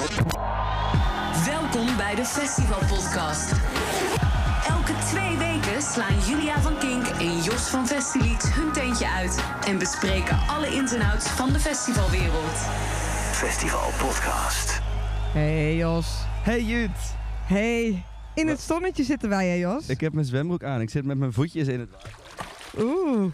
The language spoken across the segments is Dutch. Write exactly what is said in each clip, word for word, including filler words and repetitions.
Welkom bij de Festivalpodcast. Elke twee weken slaan Julia van Kink en Jos van Festilieds hun tentje uit en bespreken alle ins en outs van de festivalwereld. Festivalpodcast. Hey Jos. Hey Jut. Hey. In het zonnetje zitten wij, hè Jos? Ik heb mijn zwembroek aan. Ik zit met mijn voetjes in het water. Oeh.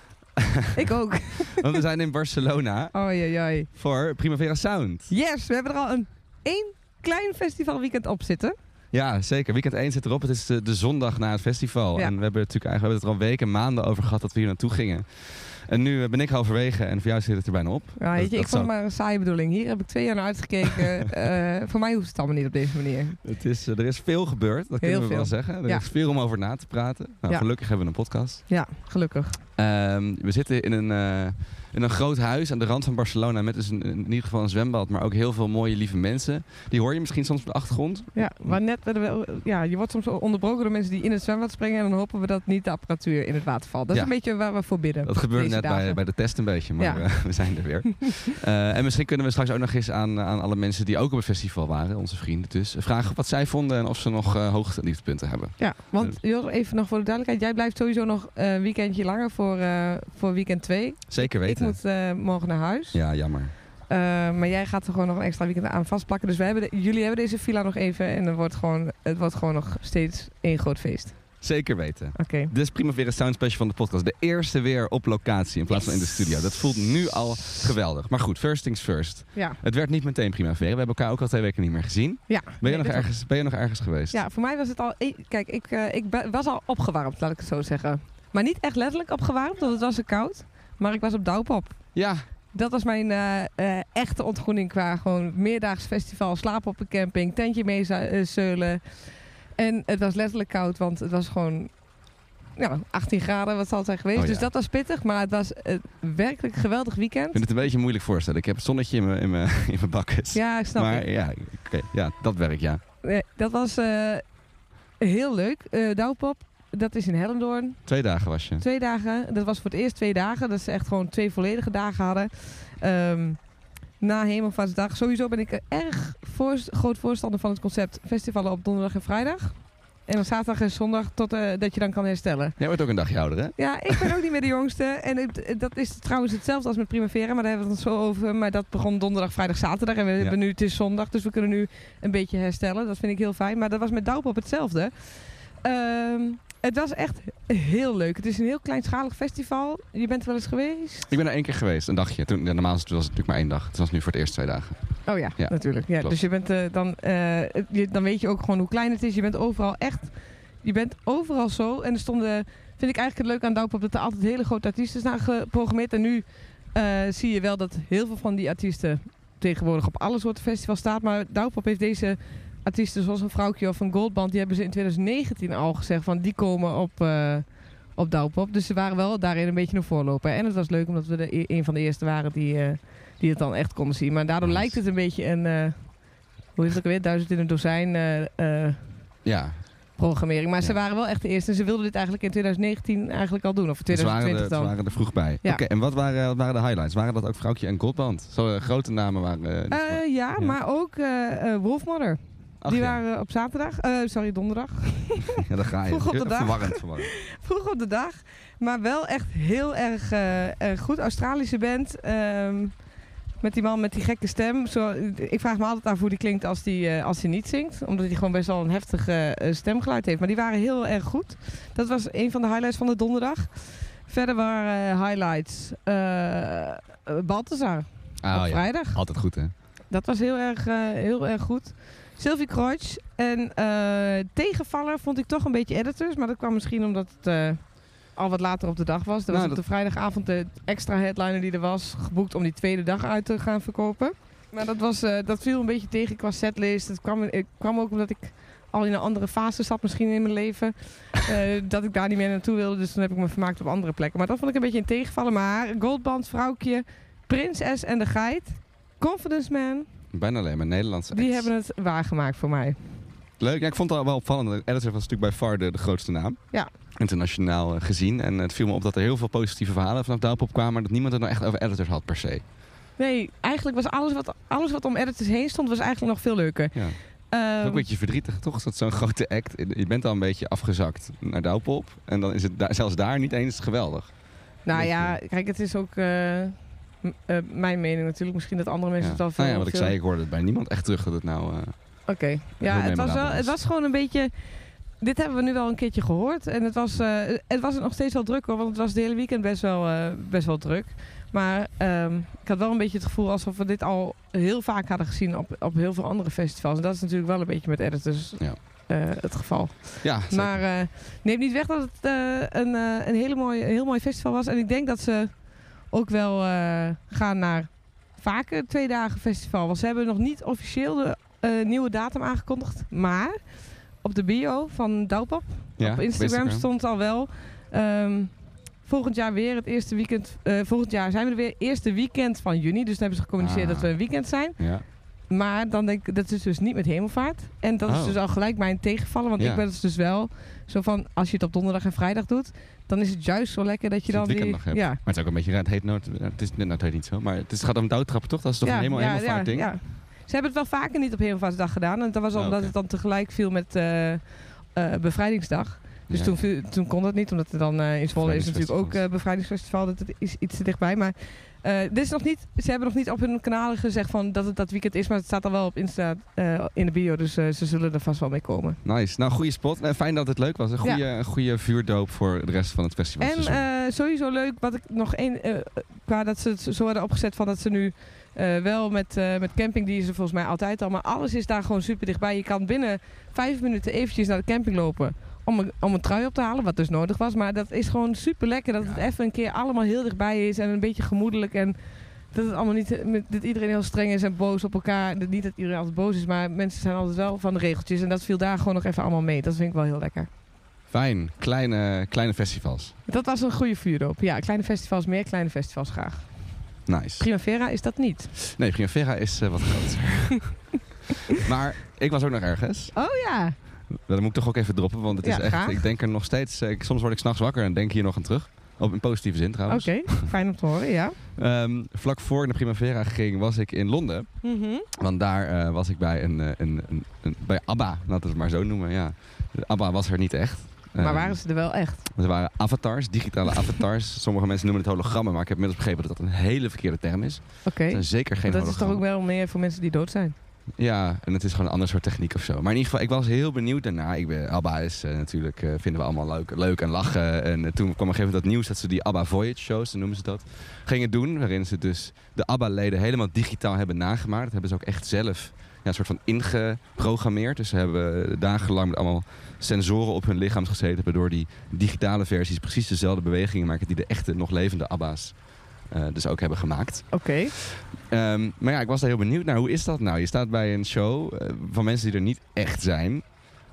Ik ook. Want we zijn in Barcelona. Oei, oei, oei. Voor Primavera Sound. Yes, we hebben er al een één klein festivalweekend op zitten. Ja, zeker. Weekend één zit erop. Het is de, de zondag na het festival. Ja. En we hebben, natuurlijk, we hebben het er al weken, maanden over gehad dat we hier naartoe gingen. En nu ben ik halverwege en voor jou zit het er bijna op. Ja, weet je, dat, ik dat vond het zou... maar een saaie bedoeling. Hier heb ik twee jaar naar uitgekeken. uh, voor mij hoeft het allemaal niet op deze manier. Het is, uh, er is veel gebeurd, dat Heel kunnen we veel. wel zeggen. Er Ja. is veel om over na te praten. Nou, Ja. Gelukkig hebben we een podcast. Ja, gelukkig. Um, we zitten in een, uh, in een groot huis aan de rand van Barcelona met dus een, in ieder geval een zwembad, maar ook heel veel mooie lieve mensen. Die hoor je misschien soms op de achtergrond. Ja, maar net, ja, je wordt soms onderbroken door mensen die in het zwembad springen en dan hopen we dat niet de apparatuur in het water valt. Dat is Ja. een beetje waar we voor bidden. Dat gebeurde deze net bij, dagen. bij de test een beetje, maar Ja. uh, we zijn er weer. uh, en misschien kunnen we straks ook nog eens aan, aan alle mensen die ook op het festival waren, onze vrienden dus, vragen wat zij vonden en of ze nog uh, hoogste liefdepunten hebben. Ja, want Jos, even nog voor de duidelijkheid. Jij blijft sowieso nog een weekendje langer voor, uh, voor weekend twee. Zeker weten. Ik moet uh, morgen naar huis. Ja, jammer. Uh, maar jij gaat er gewoon nog een extra weekend aan vastplakken. Dus wij hebben de, jullie hebben deze villa nog even. En het wordt gewoon, het wordt gewoon nog steeds één groot feest. Zeker weten. Oké. Okay. Dit is Primavera Sound Special van de podcast. De eerste weer op locatie in plaats van in de studio. Dat voelt nu al geweldig. Maar goed, first things first. Ja. Het werd niet meteen Primavera. We hebben elkaar ook al twee weken niet meer gezien. Ja. Ben je, nee, nog, ergens, ben je nog ergens geweest? Ja, voor mij was het al... Kijk, ik, uh, ik was al opgewarmd, laat ik het zo zeggen. Maar niet echt letterlijk opgewarmd, want het was zo koud. Maar ik was op Douwpop. Ja. Dat was mijn uh, uh, echte ontgroening qua gewoon meerdaags festival. Slapen op een camping, tentje mee uh, zeulen. En het was letterlijk koud, want het was gewoon... Ja, achttien graden, wat zal het zijn geweest. Oh, ja. Dus dat was pittig, maar het was een werkelijk geweldig weekend. Ik vind het een beetje moeilijk voorstellen. Ik heb het zonnetje in mijn, in mijn, in mijn bakkes. Ja, ik snap maar het. ja, okay, ja, dat werkt, ja. Nee, dat was uh, heel leuk. Uh, Douwpop, dat is in Hellendoorn. Twee dagen was je. Twee dagen. Dat was voor het eerst twee dagen. Dat ze echt gewoon twee volledige dagen hadden. Um, na Hemelvaartsdag. Sowieso ben ik erg voor, groot voorstander van het concept festivalen op donderdag en vrijdag. En dan zaterdag en zondag tot uh, dat je dan kan herstellen. Jij wordt ook een dagje ouder, hè? Ja, ik ben ook niet meer de jongste. En het, dat is trouwens hetzelfde als met Primavera, maar daar hebben we het zo over. Maar dat begon donderdag, vrijdag, zaterdag. En we ja. hebben nu, het is zondag, dus we kunnen nu een beetje herstellen. Dat vind ik heel fijn. Maar dat was met Douwpop hetzelfde. Um, het was echt heel leuk. Het is een heel kleinschalig festival. Je bent er wel eens geweest? Ik ben er één keer geweest, een dagje. Toen, ja, normaal was het, was het natuurlijk maar één dag. Het was nu voor het eerst twee dagen. Oh ja, ja. natuurlijk. Ja, dus je bent, uh, dan, uh, je, dan weet je ook gewoon hoe klein het is. Je bent overal echt... Je bent overal zo. En er stonden... Vind ik eigenlijk het leuke aan Douwpop dat er altijd hele grote artiesten staan geprogrammeerd. En nu uh, zie je wel dat heel veel van die artiesten tegenwoordig op alle soorten festivals staat. Maar Douwpop heeft deze... artiesten zoals een Vrouwtje of een Goldband, die hebben ze in twintig negentien al gezegd van die komen op, uh, op Douwpop. Dus ze waren wel daarin een beetje een voorloper. En het was leuk omdat we de, een van de eerste waren die, uh, die het dan echt konden zien. Maar daardoor nice. Lijkt het een beetje een, uh, hoe is het ook weer, duizend in een dozijn uh, uh, ja. programmering. Maar ja. Ze waren wel echt de eerste en ze wilden dit eigenlijk in twintig negentien eigenlijk al doen. Of in twintig twintig ze waren er, dan. Ze waren er vroeg bij. Ja. Oké, okay, en wat waren, wat waren de highlights? Waren dat ook Vrouwtje en Goldband? Zo uh, grote namen waren... Uh, uh, ja, ja, maar ook uh, uh, Wolfmother. Ach, die ja. waren op zaterdag, uh, sorry donderdag. Ja, daar ga je. Vroeg op de dag. Verwarrend, verwarrend. Vroeg op de dag, maar wel echt heel erg, uh, erg goed. Australische band, um, met die man met die gekke stem. Zo, ik vraag me altijd af hoe die klinkt als die, uh, als die niet zingt. Omdat hij gewoon best wel een heftig uh, stemgeluid heeft. Maar die waren heel erg goed. Dat was een van de highlights van de donderdag. Verder waren uh, highlights uh, Balthazar oh, op ja. vrijdag. Altijd goed, hè? Dat was heel erg, uh, heel erg goed. Sylvie Kreutsch. En uh, tegenvaller vond ik toch een beetje Editors. Maar dat kwam misschien omdat het uh, al wat later op de dag was. Er was nou, op de vrijdagavond de extra headliner die er was geboekt om die tweede dag uit te gaan verkopen. Maar dat, was, uh, dat viel een beetje tegen qua setlist. Het kwam, het kwam ook omdat ik al in een andere fase zat misschien in mijn leven. Uh, dat ik daar niet meer naartoe wilde. Dus toen heb ik me vermaakt op andere plekken. Maar dat vond ik een beetje een tegenvallen. Maar Goldband, Vrouwtje, Prinses en de Geit, Confidence Man. Bijna alleen maar Nederlandse acts. Die hebben het waargemaakt voor mij. Leuk, ja, ik vond het wel opvallend. De Editor was natuurlijk bij far de, de grootste naam. Ja. Internationaal uh, gezien. En het viel me op dat er heel veel positieve verhalen vanaf Douwpop kwamen. Maar dat niemand het nou echt over Editors had per se. Nee, eigenlijk eigenlijk was alles wat, alles wat om Editors heen stond, was eigenlijk nog veel leuker. Ja. Um, ook een beetje verdrietig, toch? Is dat zo'n grote act? Je bent al een beetje afgezakt naar Douwpop. En dan is het da- zelfs daar niet eens geweldig. Nou ja, kijk, het is ook uh, m- uh, mijn mening natuurlijk. Misschien dat andere mensen Ja. het al veel... Nou ja, wat veel... ik zei, ik hoorde het bij niemand echt terug dat het nou... Uh, Oké, okay. ja, het was, wel, het was gewoon een beetje... Dit hebben we nu wel een keertje gehoord. En het was, uh, het was nog steeds wel druk hoor, want het was het hele weekend best wel, uh, best wel druk. Maar um, ik had wel een beetje het gevoel alsof we dit al heel vaak hadden gezien op, op heel veel andere festivals. En dat is natuurlijk wel een beetje met Editors ja. uh, het geval. Ja, zeker. Maar uh, neem niet weg dat het uh, een, uh, een, hele mooie, een heel mooi festival was. En ik denk dat ze ook wel uh, gaan naar vaker twee dagen festival. Want ze hebben nog niet officieel de uh, nieuwe datum aangekondigd. Maar op de bio van Douwpop ja, op Instagram, Instagram stond al wel... Um, volgend jaar weer het eerste weekend. Uh, volgend jaar zijn we er weer. Eerste weekend van juni. Dus dan hebben ze gecommuniceerd ah. dat we een weekend zijn. Ja. Maar dan denk ik, dat is dus niet met Hemelvaart. En dat oh. is dus al gelijk mijn tegenvallen. Want ja. ik ben het dus wel zo van, als je het op donderdag en vrijdag doet, dan is het juist zo lekker dat je dan weer... Nog hebt. Ja. Maar het is ook een beetje, het heet nooit, het is net nou, het niet zo. Maar het, is, het gaat om douwtrappen toch? Dat is toch ja, een helemaal ja, Hemelvaart ja, ding? Ja. Ze hebben het wel vaker niet op Hemelvaartsdag gedaan. En dat was omdat oh, okay. het dan tegelijk viel met uh, uh, Bevrijdingsdag. Dus ja. toen, toen kon dat niet, omdat er dan uh, in Zwolle is natuurlijk ook uh, Bevrijdingsfestival. Dat is iets te dichtbij. Maar uh, dit is nog niet, ze hebben nog niet op hun kanalen gezegd van dat het dat weekend is. Maar het staat al wel op Insta uh, in de bio. Dus uh, ze zullen er vast wel mee komen. Nice. Nou, goede spot. Uh, fijn dat het leuk was. Een goede, ja. een goede vuurdoop voor de rest van het festival. En uh, sowieso leuk, wat ik nog één... Uh, qua dat ze het zo hadden opgezet van dat ze nu... Uh, wel met, uh, met camping, die is er volgens mij altijd al. Maar alles is daar gewoon super dichtbij. Je kan binnen vijf minuten eventjes naar de camping lopen. Om een, om een trui op te halen, wat dus nodig was. Maar dat is gewoon super lekker. Dat ja. het even een keer allemaal heel dichtbij is. En een beetje gemoedelijk. En dat het allemaal niet, dat iedereen heel streng is en boos op elkaar. Niet dat iedereen altijd boos is, maar mensen zijn altijd wel van de regeltjes. En dat viel daar gewoon nog even allemaal mee. Dat vind ik wel heel lekker. Fijn. Kleine, kleine festivals. Dat was een goede vuurdoop. Ja, kleine festivals, meer kleine festivals graag. Nice. Primavera is dat niet. Nee, Primavera is uh, wat groter. Maar ik was ook nog ergens. Oh ja. Dat moet ik toch ook even droppen, want het is ja, echt, ik denk er nog steeds, ik, soms word ik 's nachts wakker en denk hier nog aan terug. Op een positieve zin trouwens. Oké, okay, fijn om te horen, ja. Um, vlak voor de Primavera ging was ik in Londen. Mm-hmm. Want daar uh, was ik bij een, een, een, een bij ABBA, laten we het maar zo noemen. Ja. ABBA was er niet echt. Maar um, waren ze er wel echt? Ze waren avatars, digitale avatars. Sommige mensen noemen het hologrammen, maar ik heb inmiddels begrepen dat dat een hele verkeerde term is. Oké. Okay. Zeker geen dat hologrammen. is toch ook wel meer voor mensen die dood zijn? Ja, en het is gewoon een ander soort techniek of zo. Maar in ieder geval, ik was heel benieuwd daarna. Ik ben, ABBA is uh, natuurlijk, uh, vinden we allemaal leuk, leuk en lachen. En uh, toen kwam op een gegeven moment dat nieuws dat ze die ABBA Voyage shows, dan noemen ze dat, gingen doen. Waarin ze dus de ABBA-leden helemaal digitaal hebben nagemaakt. Dat hebben ze ook echt zelf ja, een soort van ingeprogrammeerd. Dus ze hebben dagenlang met allemaal sensoren op hun lichaam gezeten, waardoor die digitale versies precies dezelfde bewegingen maken die de echte, nog levende ABBA's Uh, dus ook hebben gemaakt. Oké. Okay. Um, maar ja, ik was daar heel benieuwd naar. Hoe is dat nou? Je staat bij een show uh, van mensen die er niet echt zijn.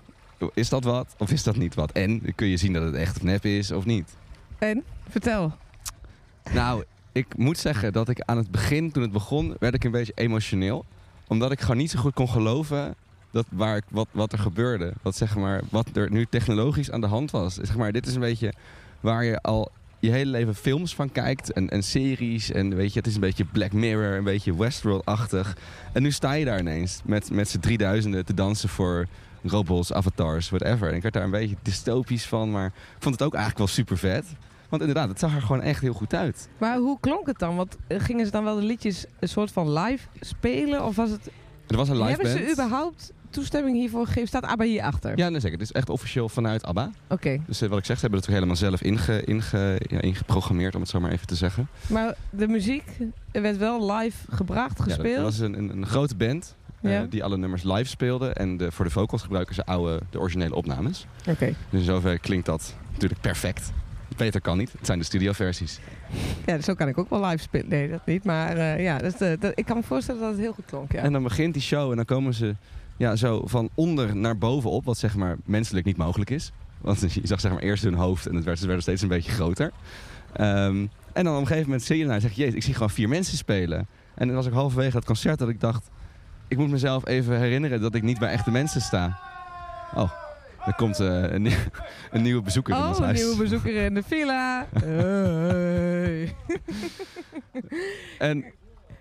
Is dat wat of is dat niet wat? En kun je zien dat het echt of nep is of niet? En? Vertel. Nou, ik moet zeggen dat ik aan het begin, toen het begon, werd ik een beetje emotioneel. Omdat ik gewoon niet zo goed kon geloven dat waar ik, wat, wat er gebeurde. Wat, zeg maar, wat er nu technologisch aan de hand was. Zeg maar, dit is een beetje waar je al je hele leven films van kijkt en, en series en weet je, het is een beetje Black Mirror, een beetje Westworld-achtig. En nu sta je daar ineens met, met z'n drieduizenden te dansen voor robots, avatars, whatever. En ik werd daar een beetje dystopisch van, maar ik vond het ook eigenlijk wel super vet. Want inderdaad, het zag er gewoon echt heel goed uit. Maar hoe klonk het dan? Want gingen ze dan wel de liedjes een soort van live spelen? Of was het... Er was een live Hebben band. Hebben ze überhaupt toestemming hiervoor gegeven? Staat ABBA hierachter? Ja, nee, zeker. Het is echt officieel vanuit ABBA. Oké. Okay. Dus uh, wat ik zeg, ze hebben het ook helemaal zelf inge, inge, ja, ingeprogrammeerd, om het zo maar even te zeggen. Maar de muziek werd wel live gebracht, gespeeld? Ja, er was een, een, een grote band uh, ja. die alle nummers live speelde. En de, voor de vocals gebruiken ze oude, de originele opnames. Oké. Okay. Dus in zover klinkt dat natuurlijk perfect. Beter kan niet. Het zijn de studioversies. Ja, zo kan ik ook wel live spelen. Nee, dat niet. Maar uh, ja, dat, uh, dat, ik kan me voorstellen dat het heel goed klonk. Ja. En dan begint die show en dan komen ze ja, zo van onder naar boven op. Wat zeg maar menselijk niet mogelijk is. Want je zag zeg maar eerst hun hoofd en het werd, ze werden steeds een beetje groter. Um, en dan op een gegeven moment zie je nou en zeg je, jezus, ik zie gewoon vier mensen spelen. En dan was ik halverwege het concert dat ik dacht, ik moet mezelf even herinneren dat ik niet bij echte mensen sta. Oh. Er komt uh, een, nieuw, een nieuwe bezoeker oh, in ons huis. Oh, een nieuwe bezoeker in de villa. Hey. En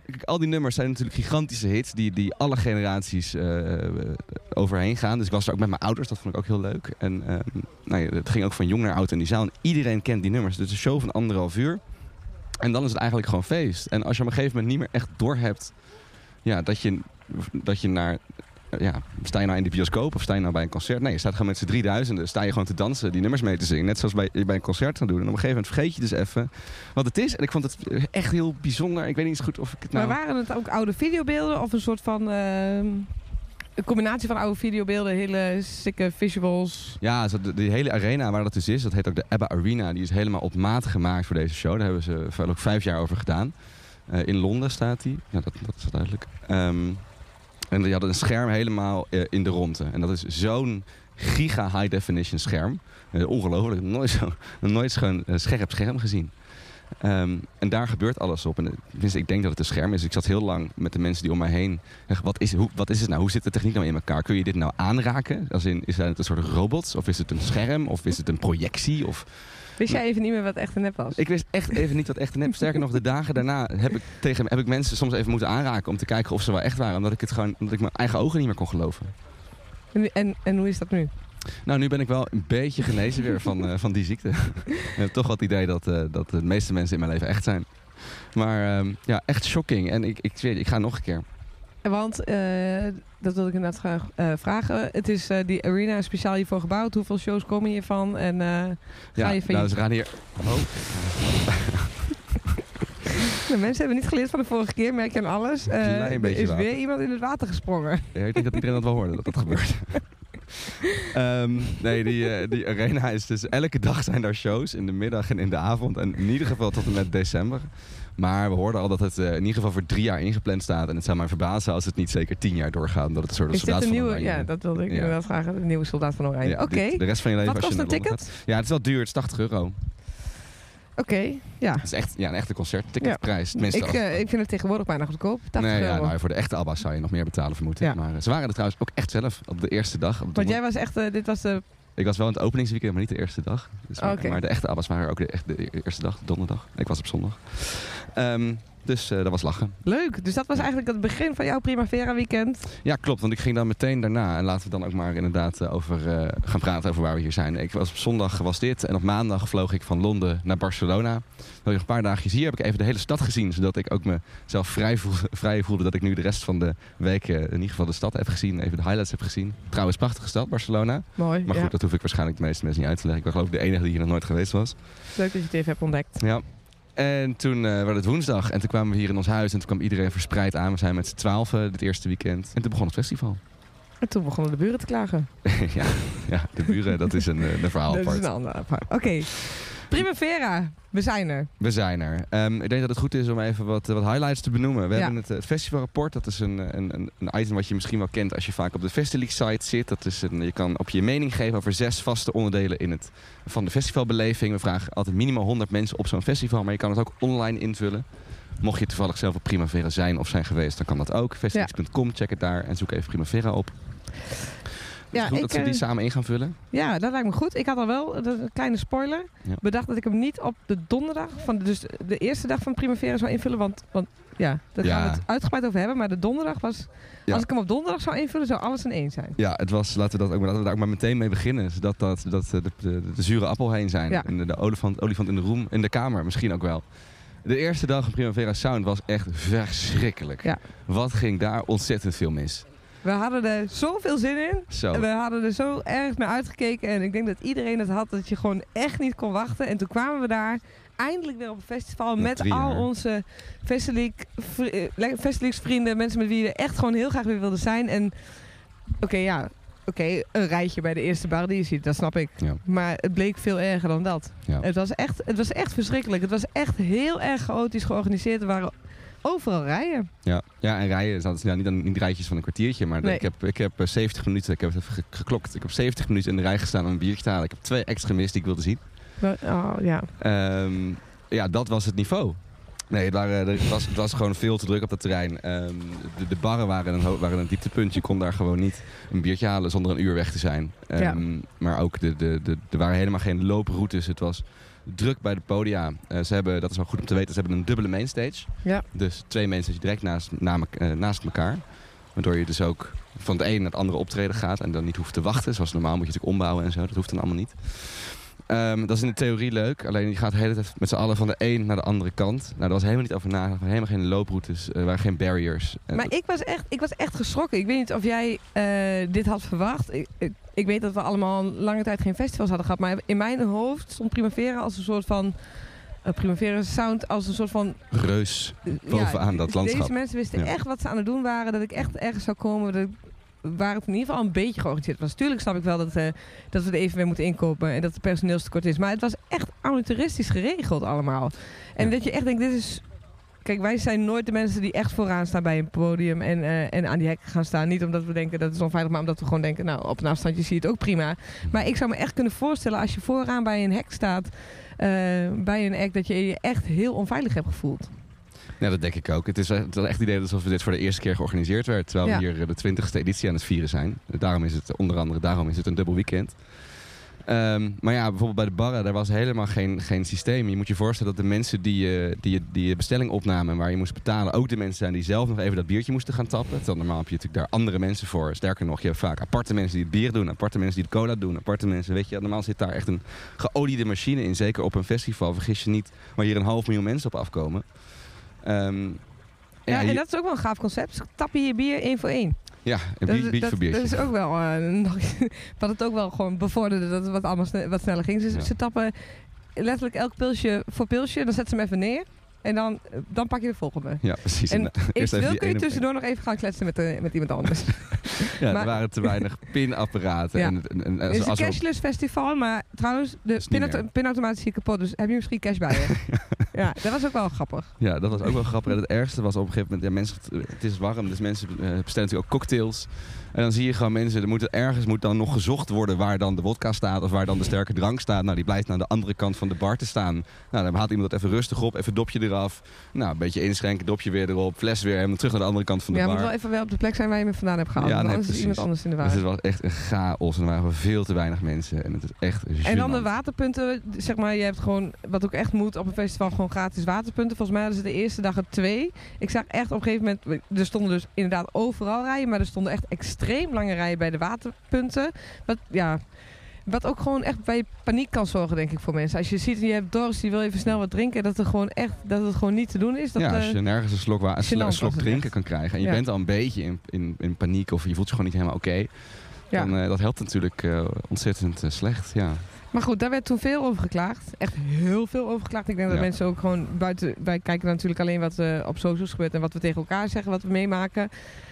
kijk, al die nummers zijn natuurlijk gigantische hits die, die alle generaties uh, overheen gaan. Dus ik was er ook met mijn ouders, dat vond ik ook heel leuk. En uh, nou ja, het ging ook van jong naar oud in die zaal. En iedereen kent die nummers. Dus een show van anderhalf uur. En dan is het eigenlijk gewoon feest. En als je op een gegeven moment niet meer echt doorhebt ja, dat je, dat je naar... Ja, sta je nou in de bioscoop of sta je nou bij een concert? Nee, je staat gewoon met z'n drieduizenden. Sta je gewoon te dansen, die nummers mee te zingen. Net zoals bij, je bij een concert gaan doen. En op een gegeven moment vergeet je dus even wat het is. En ik vond het echt heel bijzonder. Ik weet niet eens goed of ik het nou... Maar waren het ook oude videobeelden of een soort van... Uh, een combinatie van oude videobeelden, hele sikke visuals? Ja, zo de, de hele arena waar dat dus is, dat heet ook de ABBA Arena. Die is helemaal op maat gemaakt voor deze show. Daar hebben ze ook vijf jaar over gedaan. Uh, in Londen staat die. Ja, dat, dat is duidelijk. Um, En die hadden een scherm helemaal uh, in de ronde. En dat is zo'n giga high definition scherm. Uh, ongelooflijk. Nooit zo, nooit zo'n uh, scherp scherm gezien. Um, en daar gebeurt alles op. En, uh, ik denk dat het een scherm is. Ik zat heel lang met de mensen die om mij heen. Zeg, wat, is, hoe, wat is het nou? Hoe zit de techniek nou in elkaar? Kun je dit nou aanraken? Als in, is het een soort robot? Of is het een scherm? Of is het een projectie? Of... Wist jij even niet meer wat echt en nep was? Ik wist echt even niet wat echt en nep. Sterker nog, de dagen daarna heb ik, tegen, heb ik mensen soms even moeten aanraken om te kijken of ze wel echt waren. Omdat ik het gewoon, omdat ik mijn eigen ogen niet meer kon geloven. En, en, en hoe is dat nu? Nou, nu ben ik wel een beetje genezen weer van, uh, van die ziekte. Ik heb toch wel het idee dat, uh, dat de meeste mensen in mijn leven echt zijn. Maar um, ja, echt shocking. En ik, ik, ik, ik ga nog een keer. Want, uh, dat wil ik inderdaad graag uh, vragen. Het is uh, die arena speciaal hiervoor gebouwd. Hoeveel shows komen hiervan? En uh, ga ja, je van nou, je... ze gaan hier... Oh. De mensen hebben niet geleerd van de vorige keer, merk je aan alles. Uh, Klein beetje er is water. weer iemand in het water gesprongen. Ja, ik denk dat iedereen dat wel hoorde, dat dat gebeurt. um, nee, die, uh, die arena is dus... Elke dag zijn daar shows, in de middag en in de avond. En in ieder geval tot en met december. Maar we hoorden al dat het uh, in ieder geval voor drie jaar ingepland staat. En het zou mij verbazen als het niet zeker tien jaar doorgaat. Omdat het een soort is soldaat dit een van nieuwe? Oranje. Ja, dat wilde ik Ja. inderdaad vragen. Een nieuwe soldaat van Oranje. Ja, Oké. Okay. De rest van je leven Wat als je kost een naar Londen ticket? gaat. Ja, het is wel duur. Het is tachtig euro. Oké, okay, ja. Het is echt ja, een echte concertticketprijs. Ja. Ik, uh, ik vind het tegenwoordig bijna goedkoop. tachtig nee, euro. Ja, nou, voor de echte ABBA's zou je nog meer betalen, vermoed ik. Ja. Maar uh, ze waren er trouwens ook echt zelf op de eerste dag. Op de Want jij was echt... Uh, dit was de... Ik was wel in het openingsweekend, maar niet de eerste dag. Dus, oh, okay. Maar de echte ABBA's waren er ook de, echt de eerste dag, donderdag. Ik was op zondag. Um, dus uh, dat was lachen. Leuk. Dus dat was eigenlijk het begin van jouw Primavera weekend. Ja, klopt. Want ik ging dan meteen daarna. En laten we dan ook maar inderdaad uh, over uh, gaan praten over waar we hier zijn. Ik was op zondag was dit. En op maandag vloog ik van Londen naar Barcelona. Dan had ik een paar dagjes hier. Heb ik even de hele stad gezien. Zodat ik ook mezelf vrij voelde, vrij voelde dat ik nu de rest van de week uh, in ieder geval de stad heb gezien. Even de highlights heb gezien. Trouwens, prachtige stad, Barcelona. Mooi. Maar goed, ja. dat hoef ik waarschijnlijk de meeste mensen niet uit te leggen. Ik ben geloof ik de enige die hier nog nooit geweest was. Leuk dat je het even hebt ontdekt. Ja. En toen uh, werd het woensdag en toen kwamen we hier in ons huis en toen kwam iedereen verspreid aan. We zijn met z'n twaalfen dit eerste weekend. En toen begon het festival. En toen begonnen de buren te klagen. ja, ja, de buren, dat is een, een verhaal dat apart. Dat is een ander apart. Oké. Okay. Primavera, we zijn er. We zijn er. Um, ik denk dat het goed is om even wat, wat highlights te benoemen. We ja. hebben het, het festivalrapport. Dat is een, een, een item wat je misschien wel kent als je vaak op de Festileaks site zit. Dat is een, je kan op je mening geven over zes vaste onderdelen in het, van de festivalbeleving. We vragen altijd minimaal honderd mensen op zo'n festival. Maar je kan het ook online invullen. Mocht je toevallig zelf op Primavera zijn of zijn geweest, dan kan dat ook. Festileaks punt com, check het daar en zoek even Primavera op. Ja, goed ik, dat we die samen in gaan vullen. Ja, dat lijkt me goed. Ik had al wel, dat is een kleine spoiler, ja. bedacht dat ik hem niet op de donderdag, van de, dus de eerste dag van Primavera zou invullen. Want, want ja, daar ja. gaan we het uitgebreid over hebben. Maar de donderdag was, ja. als ik hem op donderdag zou invullen, zou alles in één zijn. Ja, het was, laten we, dat ook, laten we daar ook maar meteen mee beginnen. Zodat dat, dat, de, de, de zure appel heen zijn. Ja. En de, de olifant, olifant in de room, in de kamer misschien ook wel. De eerste dag van Primavera Sound was echt verschrikkelijk. Ja. Wat ging daar ontzettend veel mis. We hadden er zoveel zin in. Zo. We hadden er zo erg naar uitgekeken. En ik denk dat iedereen het had dat je gewoon echt niet kon wachten. En toen kwamen we daar eindelijk weer op een festival ja, met al onze Festileaks vrienden. Mensen met wie we echt gewoon heel graag weer wilden zijn. En oké, okay, ja. Oké, okay, een rijtje bij de eerste bar die je ziet, dat snap ik. Ja. Maar het bleek veel erger dan dat. Ja. Het was echt, het was echt verschrikkelijk. Het was echt heel erg chaotisch georganiseerd. Er waren overal rijen. Ja, ja en rijen, dat is ja, niet, niet rijtjes van een kwartiertje, maar nee. ik, heb, ik heb zeventig minuten, ik heb het even geklokt. Ik heb zeventig minuten in de rij gestaan om een biertje te halen. Ik heb twee extra gemist die ik wilde zien. Oh, ja. Um, ja, dat was het niveau. Nee, het, waren, het, was, het was gewoon veel te druk op dat terrein. Um, de, de barren waren een, waren een dieptepunt. Je kon daar gewoon niet een biertje halen zonder een uur weg te zijn. Um, ja. Maar ook, de, de, de, er waren helemaal geen looproutes. Het was druk bij de podia. Uh, ze hebben, dat is wel goed om te weten, ze hebben een dubbele mainstage. Ja. Dus twee mainstages direct naast, na, uh, naast elkaar. Waardoor je dus ook van het een naar het andere optreden gaat en dan niet hoeft te wachten. Zoals normaal moet je natuurlijk ombouwen en zo. Dat hoeft dan allemaal niet. Um, dat is in de theorie leuk, alleen je gaat de hele tijd met z'n allen van de een naar de andere kant. Nou, daar was helemaal niet over nagedacht, helemaal geen looproutes, er waren geen barriers. Maar ik was echt, ik was echt geschrokken. Ik weet niet of jij uh, dit had verwacht. Ik, ik, ik weet dat we allemaal lange tijd geen festivals hadden gehad, maar in mijn hoofd stond Primavera als een soort van... Uh, Primavera Sound als een soort van... reus bovenaan ja, dat landschap. Deze mensen wisten ja. echt wat ze aan het doen waren, dat ik echt ergens zou komen... Dat waar het in ieder geval een beetje georganiseerd was. Tuurlijk snap ik wel dat, uh, dat we er even weer moeten inkopen en dat het personeelstekort is. Maar het was echt amateuristisch geregeld allemaal. En ja. dat je echt denkt, dit is... Kijk, wij zijn nooit de mensen die echt vooraan staan bij een podium en, uh, en aan die hekken gaan staan. Niet omdat we denken dat het is onveilig, maar omdat we gewoon denken, nou, op een afstandje zie je het ook prima. Maar ik zou me echt kunnen voorstellen, als je vooraan bij een hek staat, uh, bij een act, dat je je echt heel onveilig hebt gevoeld. Ja, dat denk ik ook. Het is echt het idee alsof dit voor de eerste keer georganiseerd werd. Terwijl ja. we hier de twintigste editie aan het vieren zijn. Daarom is het onder andere daarom is het een dubbel weekend. Um, maar ja, bijvoorbeeld bij de barren, daar was helemaal geen, geen systeem. Je moet je voorstellen dat de mensen die je, die je, die je bestelling opnamen en waar je moest betalen, ook de mensen zijn die zelf nog even dat biertje moesten gaan tappen. Terwijl normaal heb je natuurlijk daar andere mensen voor. Sterker nog, je hebt vaak aparte mensen die het bier doen, aparte mensen die de cola doen, aparte mensen, weet je. Normaal zit daar echt een geoliede machine in. Zeker op een festival, vergis je niet, waar hier een half miljoen mensen op afkomen. Um, ja, ja, en dat is ook wel een gaaf concept. Dus tap je je bier één voor één. Ja, een biertje, biertje voor biertje. Dat is ook wel uh, nog, wat het ook wel gewoon bevorderde dat het wat, allemaal sne- wat sneller ging. Dus ja. Ze tappen letterlijk elk pilsje voor pilsje. Dan zetten ze hem even neer. En dan, dan pak je de volgende. Ja, precies. En eventueel kun je ene... tussendoor nog even gaan kletsen met, de, met iemand anders. ja, maar, er waren te weinig pinapparaten. Ja. En, en, en, het is een als cashless we... festival, maar trouwens, de pinauto- pinautomaat is hier kapot. Dus heb je misschien cash bij je? Ja, dat was ook wel grappig. Ja, dat was ook wel grappig. En het ergste was op een gegeven moment, ja, mensen, het is warm, dus mensen uh, bestellen natuurlijk ook cocktails. En dan zie je gewoon mensen, er moet, ergens moet dan nog gezocht worden waar dan de wodka staat of waar dan de sterke drank staat. Nou, die blijft aan de andere kant van de bar te staan. Nou, dan haalt iemand dat even rustig op, even dopje eraf. Nou, een beetje inschenken, dopje weer erop, fles weer en terug naar de andere kant van de ja, bar. Ja, moet wel even wel op de plek zijn waar je me vandaan hebt gehaald. Ja, nee, anders is iemand anders in de war. Dus het was echt een chaos en er waren veel te weinig mensen en het is echt gênant. En dan de waterpunten, zeg maar, je hebt gewoon, wat ook echt moet op een festival, gewoon gratis waterpunten. Volgens mij hadden ze de eerste dag er twee. Ik zag echt op een gegeven moment, er stonden dus inderdaad overal rijen, maar er stonden echt extreem lange rijen bij de waterpunten. Wat, ja, wat ook gewoon echt bij paniek kan zorgen, denk ik, voor mensen. Als je ziet en je hebt dorst, die wil even snel wat drinken, dat, er gewoon echt, dat het gewoon niet te doen is. Dat, ja, als je uh, nergens een slok, wa- een slok drinken echt. kan krijgen en je ja. bent al een beetje in, in, in paniek of je voelt je gewoon niet helemaal oké, okay, ja. dan uh, dat helpt natuurlijk uh, ontzettend uh, slecht. Ja. Maar goed, daar werd toen veel over geklaagd. Echt heel veel over geklaagd. Ik denk dat ja. mensen ook gewoon buiten... Wij kijken natuurlijk alleen wat uh, op socials gebeurt en wat we tegen elkaar zeggen, wat we meemaken.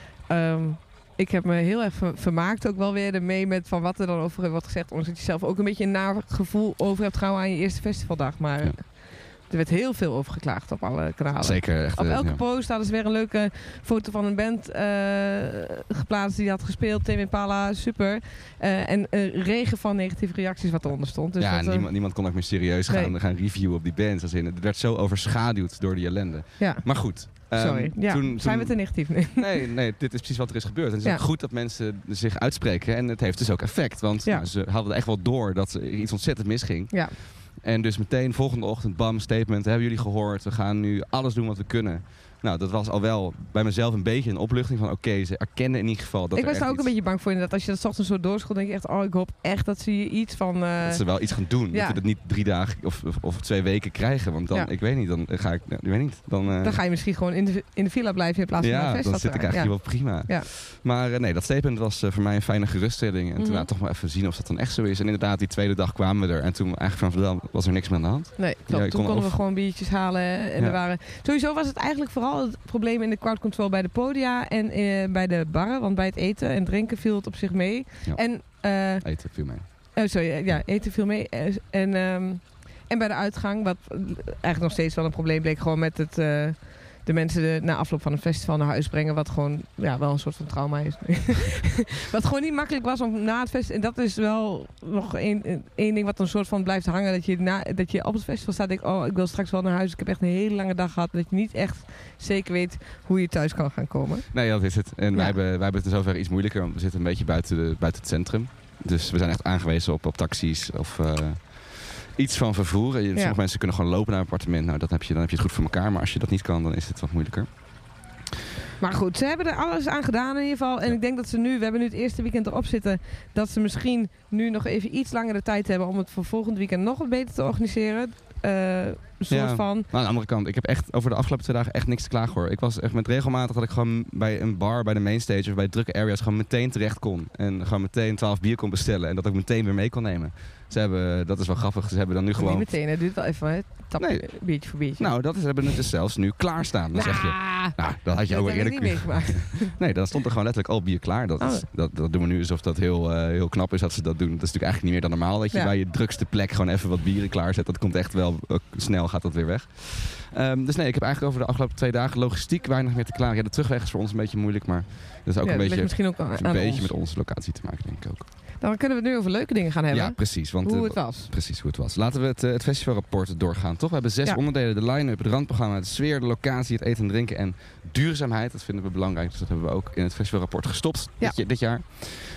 Um, ik heb me heel erg vermaakt ook wel weer ermee met van wat er dan over wordt gezegd. Ondanks dat je zelf ook een beetje een naar gevoel over hebt gehouden aan je eerste festivaldag. Maar ja. er werd heel veel over geklaagd op alle kanalen. Zeker. Echt, op elke ja. post hadden ze weer een leuke foto van een band uh, geplaatst die had gespeeld. Tame Impala, super. Uh, en een regen van negatieve reacties wat eronder stond. Dus ja, dat, uh, niemand, niemand kon ook meer serieus gaan, nee. gaan reviewen op die bands. Als in, het werd zo overschaduwd door die ellende. Ja. Maar goed. Um, Sorry, ja, toen, zijn toen... we te negatief nu? Nee, nee, dit is precies wat er is gebeurd. En het is ja. ook goed dat mensen zich uitspreken. En het heeft dus ook effect. Want ja. nou, ze hadden echt wel door dat er iets ontzettend misging. Ja. En dus meteen volgende ochtend, bam, statement. Hebben jullie gehoord? We gaan nu alles doen wat we kunnen. Nou, dat was al wel bij mezelf een beetje een opluchting van... oké, okay, ze erkennen in ieder geval dat ik er was daar ook iets... een beetje bang voor inderdaad. Als je dat 's ochtends zo doorschoot, denk je echt... oh, ik hoop echt dat ze hier iets van... Uh... Dat ze wel iets gaan doen. Ja. Dat we het niet drie dagen of, of, of twee weken krijgen. Want dan, ja. ik weet niet, dan ga ik... Ik weet niet. Dan, uh... dan ga je misschien gewoon in de, in de villa blijven in plaats van ja, naar een festival. dan zit ik eigenlijk ja. wel prima. Ja. Maar uh, nee, dat statement was uh, voor mij een fijne geruststelling. En mm-hmm. toen nou, toch maar even zien of dat dan echt zo is. En inderdaad, die tweede dag kwamen we er. En toen eigenlijk van vandaag was er niks meer aan de hand. Nee, klopt. Ja, toen kon konden of... we gewoon biertjes halen. En ja. er waren... Sowieso was het eigenlijk vooral het probleem in de crowd control bij de podia en uh, bij de barren. Want bij het eten en drinken viel het op zich mee. Ja. En, uh, eten viel mee. Oh, sorry, ja, eten viel mee. En, um, en bij de uitgang, wat eigenlijk nog steeds wel een probleem bleek, gewoon met het... Uh, de mensen de, na afloop van een festival naar huis brengen, wat gewoon ja, wel een soort van trauma is. Wat gewoon niet makkelijk was om na het festival... En dat is wel nog één, één ding wat een soort van blijft hangen. Dat je, na, dat je op het festival staat en denkt, oh, ik wil straks wel naar huis. Ik heb echt een hele lange dag gehad. Dat je niet echt zeker weet hoe je thuis kan gaan komen. Nee, dat is het. En ja. wij, hebben, wij hebben het in zoverre iets moeilijker. Want we zitten een beetje buiten, de, buiten het centrum. Dus we zijn echt aangewezen op, op taxis of... Uh, iets van vervoer. Je, Ja. Sommige mensen kunnen gewoon lopen naar een appartement. Nou, dat heb je, dan heb je het goed voor elkaar. Maar als je dat niet kan, dan is het wat moeilijker. Maar goed, ze hebben er alles aan gedaan in ieder geval. En Ja. ik denk dat ze nu, we hebben nu het eerste weekend erop zitten, dat ze misschien nu nog even iets langere tijd hebben om het voor volgend weekend nog wat beter te organiseren. Uh, een soort Ja. van. Maar aan de andere kant, ik heb echt over de afgelopen twee dagen echt niks te klagen hoor. Ik was echt met regelmatig dat ik gewoon bij een bar, bij de mainstage of bij drukke areas gewoon meteen terecht kon. En gewoon meteen twaalf bier kon bestellen en dat ik meteen weer mee kon nemen. Ze hebben, dat is wel grappig, ze hebben dan nu gewoon... Niet meteen, het duurt wel even, hè? Tap, Nee. beetje voor beetje. Nou, dat is, hebben het dus zelfs nu klaarstaan. Dan zeg je, Ah, nou, dat had je ook dat wel heb ik eerder niet kunnen. meegemaakt. Nee, dan stond er gewoon letterlijk al bier klaar. Dat, is, Oh. dat, dat doen we nu alsof dat heel, uh, heel knap is dat ze dat doen. Dat is natuurlijk eigenlijk niet meer dan normaal. Dat je Ja. bij je drukste plek gewoon even wat bieren klaarzet. Dat komt echt wel uh, snel, gaat dat weer weg. Um, dus nee, ik heb eigenlijk over de afgelopen twee dagen logistiek weinig meer te klagen. Ja, de terugweg is voor ons een beetje moeilijk, maar dat is ook Ja, een dat beetje, ligt misschien ook aan, een aan beetje ons. met onze locatie te maken, denk ik ook. Dan kunnen we het nu over leuke dingen gaan hebben. Ja, precies. Want, hoe uh, het was. Precies hoe het was. Laten we het, uh, het festivalrapport doorgaan, toch? We hebben zes Ja. onderdelen. De line-up, het randprogramma, de sfeer, de locatie, het eten en drinken en duurzaamheid. Dat vinden we belangrijk, dus dat hebben we ook in het festivalrapport gestopt Ja. dit, dit jaar.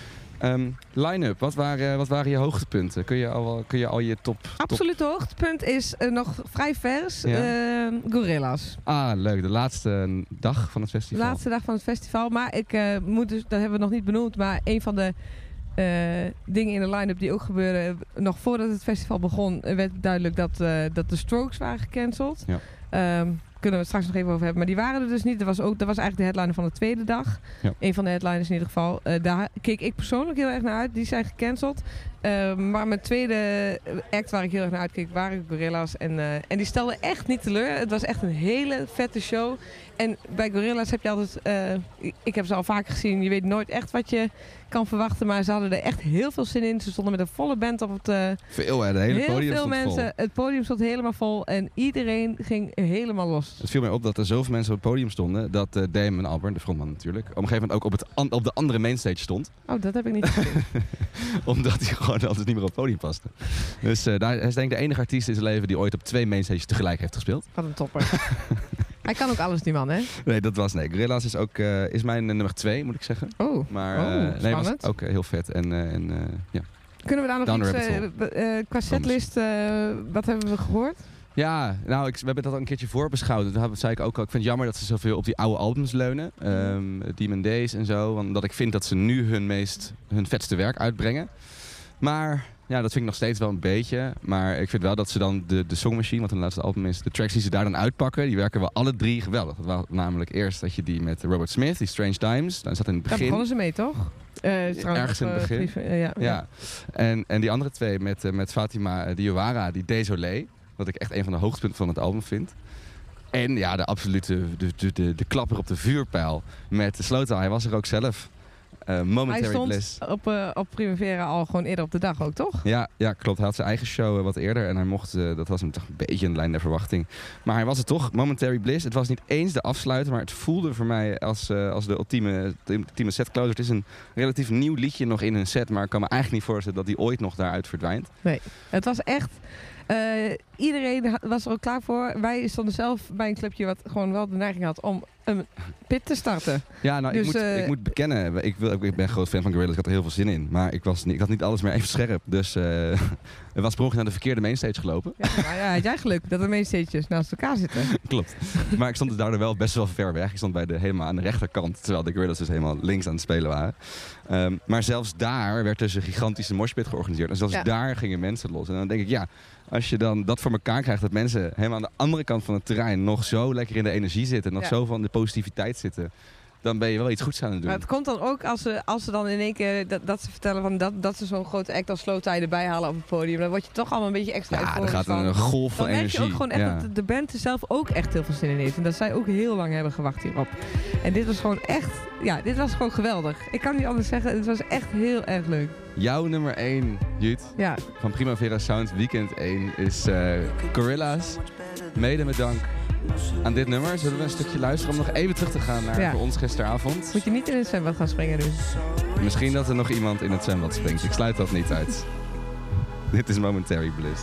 Um, line-up, wat waren, wat waren je hoogtepunten? Kun je al, kun je, al je top... top... Absolute hoogtepunt is uh, nog vrij vers. Ja. Uh, Gorillas. Ah, leuk. De laatste dag van het De festival. laatste dag van het festival. Maar ik uh, moet dus, dat hebben we nog niet benoemd, maar een van de uh, dingen in de line-up die ook gebeurden, nog voordat het festival begon, werd duidelijk dat, uh, dat de Strokes waren gecanceld. Ja. Um, kunnen we het straks nog even over hebben. Maar die waren er dus niet. Dat was, ook, dat was eigenlijk de headliner van de tweede dag. Ja. Een van de headliners in ieder geval. Uh, daar keek ik persoonlijk heel erg naar uit. Die zijn gecanceld. Uh, maar mijn tweede act waar ik heel erg naar uitkeek waren Gorillas. En, uh, en die stelden echt niet teleur. Het was echt een hele vette show. En bij Gorillas heb je altijd... Uh, ik, ik heb ze al vaker gezien. Je weet nooit echt wat je kan verwachten. Maar ze hadden er echt heel veel zin in. Ze stonden met een volle band op het... Uh, veel hè, de hele heel podium veel stond mensen. vol. Het podium stond helemaal vol. En iedereen ging helemaal los. Het viel mij op dat er zoveel mensen op het podium stonden dat uh, Damon Albarn, de frontman natuurlijk, op een gegeven moment ook op, het an- op de andere mainstage stond. Oh, dat heb ik niet gezien. Omdat hij gewoon anders niet meer op het podium paste. Dus uh, daar, hij is denk ik de enige artiest in zijn leven die ooit op twee mainstages tegelijk heeft gespeeld. Wat een topper. Hij kan ook alles, die man, hè? Nee, dat was nee. Gorillas is ook uh, is mijn uh, nummer twee, moet ik zeggen. Oh, maar oh, uh, nee, was spannend. ook uh, heel vet en, uh, en uh, ja. Kunnen we daar nog Down the iets rabbit uh, uh, qua setlist, uh, wat hebben we gehoord? Ja, nou, ik, we hebben dat al een keertje voorbeschouwd. Toen zei ik ook al, ik vind het jammer dat ze zoveel op die oude albums leunen. Um, Demon Days en zo. Want ik vind dat ze nu hun meest, hun vetste werk uitbrengen. Maar ja, dat vind ik nog steeds wel een beetje. Maar ik vind wel dat ze dan de, de Song Machine, wat hun laatste album is, de tracks die ze daar dan uitpakken, die werken wel alle drie geweldig. Dat was namelijk eerst dat je die met Robert Smith, die Strange Times. Daar zat in het begin. Daar begonnen ze mee, toch? Uh, Ergens in het begin. Drie, uh, ja, ja. ja. En, en die andere twee met, uh, met Fatima Diawara, die Désolé. Wat ik echt een van de hoogtepunten van het album vind. En ja, de absolute de, de, de, de klapper op de vuurpijl met de Slota. Hij was er ook zelf. Uh, Momentary Hij stond Bliss. op, uh, op Primavera al gewoon eerder op de dag ook, toch? Ja, ja, klopt. Hij had zijn eigen show uh, wat eerder. En hij mocht, uh, dat was hem toch een beetje in de lijn der verwachting. Maar hij was het toch, Momentary Bliss. Het was niet eens de afsluiter, maar het voelde voor mij als, uh, als de ultieme, de ultieme setcloser. Het is een relatief nieuw liedje nog in een set. Maar ik kan me eigenlijk niet voorstellen dat die ooit nog daaruit verdwijnt. Nee, het was echt... Uh, iedereen was er ook klaar voor. Wij stonden zelf bij een clubje wat gewoon wel de neiging had om een pit te starten. Ja, nou, dus, ik, moet, uh, ik moet bekennen, ik, wil, ik ben groot fan van Gorillaz, ik had er heel veel zin in. Maar ik, was niet, ik had niet alles meer even scherp. Dus uh, er was per ongeluk naar de verkeerde mainstage gelopen. Ja, nou ja, had jij geluk dat de mainstages naast elkaar zitten. Klopt. Maar ik stond dus daardoor wel best wel ver weg. Ik stond bij de, helemaal aan de rechterkant, terwijl de Gorillaz dus helemaal links aan het spelen waren. Um, maar zelfs daar werd dus een gigantische moshpit georganiseerd. En zelfs ja. daar gingen mensen los. En dan denk ik, ja, als je dan dat voor elkaar krijgt, dat mensen helemaal aan de andere kant van het terrein nog zo lekker in de energie zitten, nog ja. zo van de positiviteit zitten, dan ben je wel iets goeds aan het doen. Maar het komt dan ook als ze, als ze dan in één keer dat, dat ze vertellen van dat, dat ze zo'n grote act als Slowtie erbij halen op het podium. Dan word je toch allemaal een beetje extra Ja, er gaat een, een golf van dan energie. Dan merk je ook gewoon echt ja. dat de band er zelf ook echt heel veel zin in heeft. En dat zij ook heel lang hebben gewacht hierop. En dit was gewoon echt, ja, dit was gewoon geweldig. Ik kan niet anders zeggen, het was echt heel erg leuk. Jouw nummer één, Jut, ja. van Primavera Sound Weekend één is uh, Gorillaz. Mede met dank aan dit nummer. Zullen we een stukje luisteren om nog even terug te gaan naar ja. voor ons gisteravond? Moet je niet in het zwembad gaan springen dus? Misschien dat er nog iemand in het zwembad springt. Ik sluit dat niet uit. Dit is Momentary Bliss.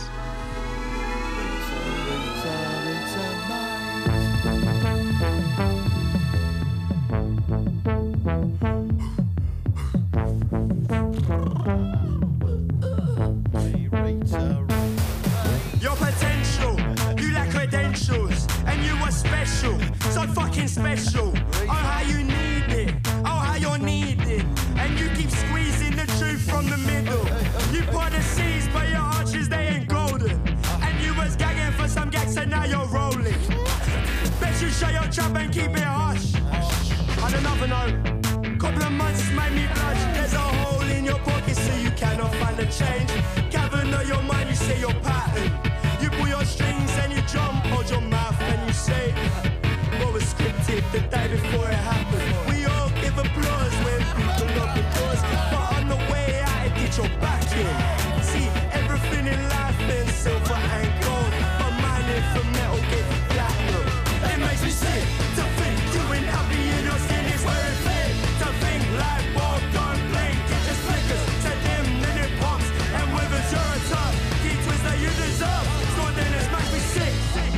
fucking special. Oh, how you need it. Oh, how you're needed. And you keep squeezing the truth from the middle. You pour the seeds, but your arches, they ain't golden. And you was gagging for some gags, and now you're rolling. Bet you shut your trap and keep it hush. On another note, couple of months made me blush. There's a hole in your pocket, so you cannot find the change. Gather your mind, you say your pattern. You pull your strings and you jump, hold your mouth and you say what was scripted the day before it happened. We all give applause when people open doors, but on the way out, get your back in. See, everything in life is silver and gold, but mine is for metal, get platinum. It makes me sick to think you ain't happy in your skin is where it fit. To think like ball gone blank, it just flickers. To dim, then it pops, and with a you're a top. Key twist that you deserve, so then it makes me sick.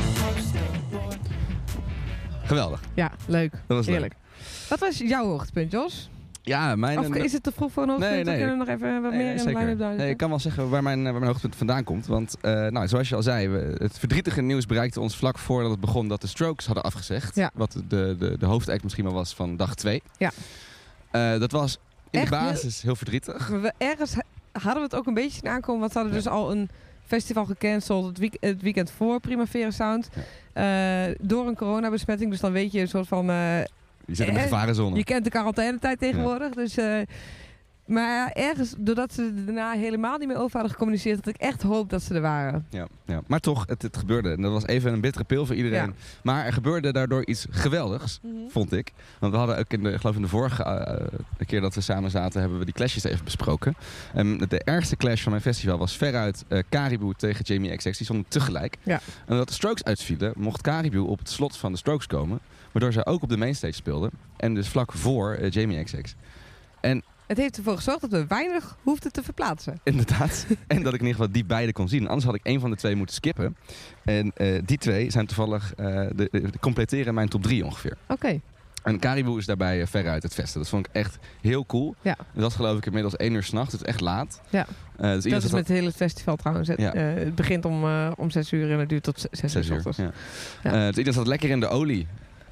Geweldig. Ja, leuk. Dat was Heerlijk. Wat was jouw hoogtepunt, Jos? Ja, mijn... Of is het te vroeg voor een hoogtepunt? Nee, nee. We kunnen nog even wat Nee, meer in de zeker. lijn duidelijk. Nee, ik kan wel zeggen waar mijn, waar mijn hoogtepunt vandaan komt. Want uh, nou, zoals je al zei, we, het verdrietige nieuws bereikte ons vlak voordat het begon dat de Strokes hadden afgezegd. Ja. Wat de, de, de hoofdact misschien wel was van dag twee. Ja. Uh, dat was in Echt de basis heel verdrietig. Maar we, ergens hadden we het ook een beetje zien aankomen, want ze hadden Ja. dus al een festival gecanceld het, week, het weekend voor Primavera Sound. Ja. Uh, door een coronabesmetting, dus dan weet je een soort van... Uh, Je zit in de eh, gevarenzone. Je kent de quarantainetijd tegenwoordig, ja. dus... Uh, maar ergens, doordat ze er daarna helemaal niet meer over hadden gecommuniceerd, had ik echt hoop dat ze er waren. Ja, ja. Maar toch, het, het gebeurde. En dat was even een bittere pil voor iedereen. Ja. Maar er gebeurde daardoor iets geweldigs, Mm-hmm. vond ik. Want we hadden ook in de, ik geloof in de vorige uh, keer dat we samen zaten, hebben we die clashes even besproken. Um, de ergste clash van mijn festival was veruit uh, Caribou tegen Jamie X X. Die stonden tegelijk. Ja. En omdat de Strokes uitvielen, mocht Caribou op het slot van de Strokes komen. Waardoor zij ook op de mainstage speelden. En dus vlak voor uh, Jamie X X. En het heeft ervoor gezorgd dat we weinig hoefden te verplaatsen. inderdaad. En dat ik in ieder geval die beide kon zien. Anders had ik één van de twee moeten skippen. En uh, die twee zijn toevallig uh, de, de, de completeren mijn top drie ongeveer. Oké. Okay. En Caribou is daarbij uh, veruit het beste. Dat vond ik echt heel cool. Ja. En dat geloof ik inmiddels één uur 's nachts. Het is echt laat. Ja. Uh, dus dat is met het hele festival trouwens. Het, ja. uh, het begint om, uh, om zes uur en het duurt tot zes, zes uur. uur. Ja. Ja. Uh, dus iedereen zat lekker in de olie.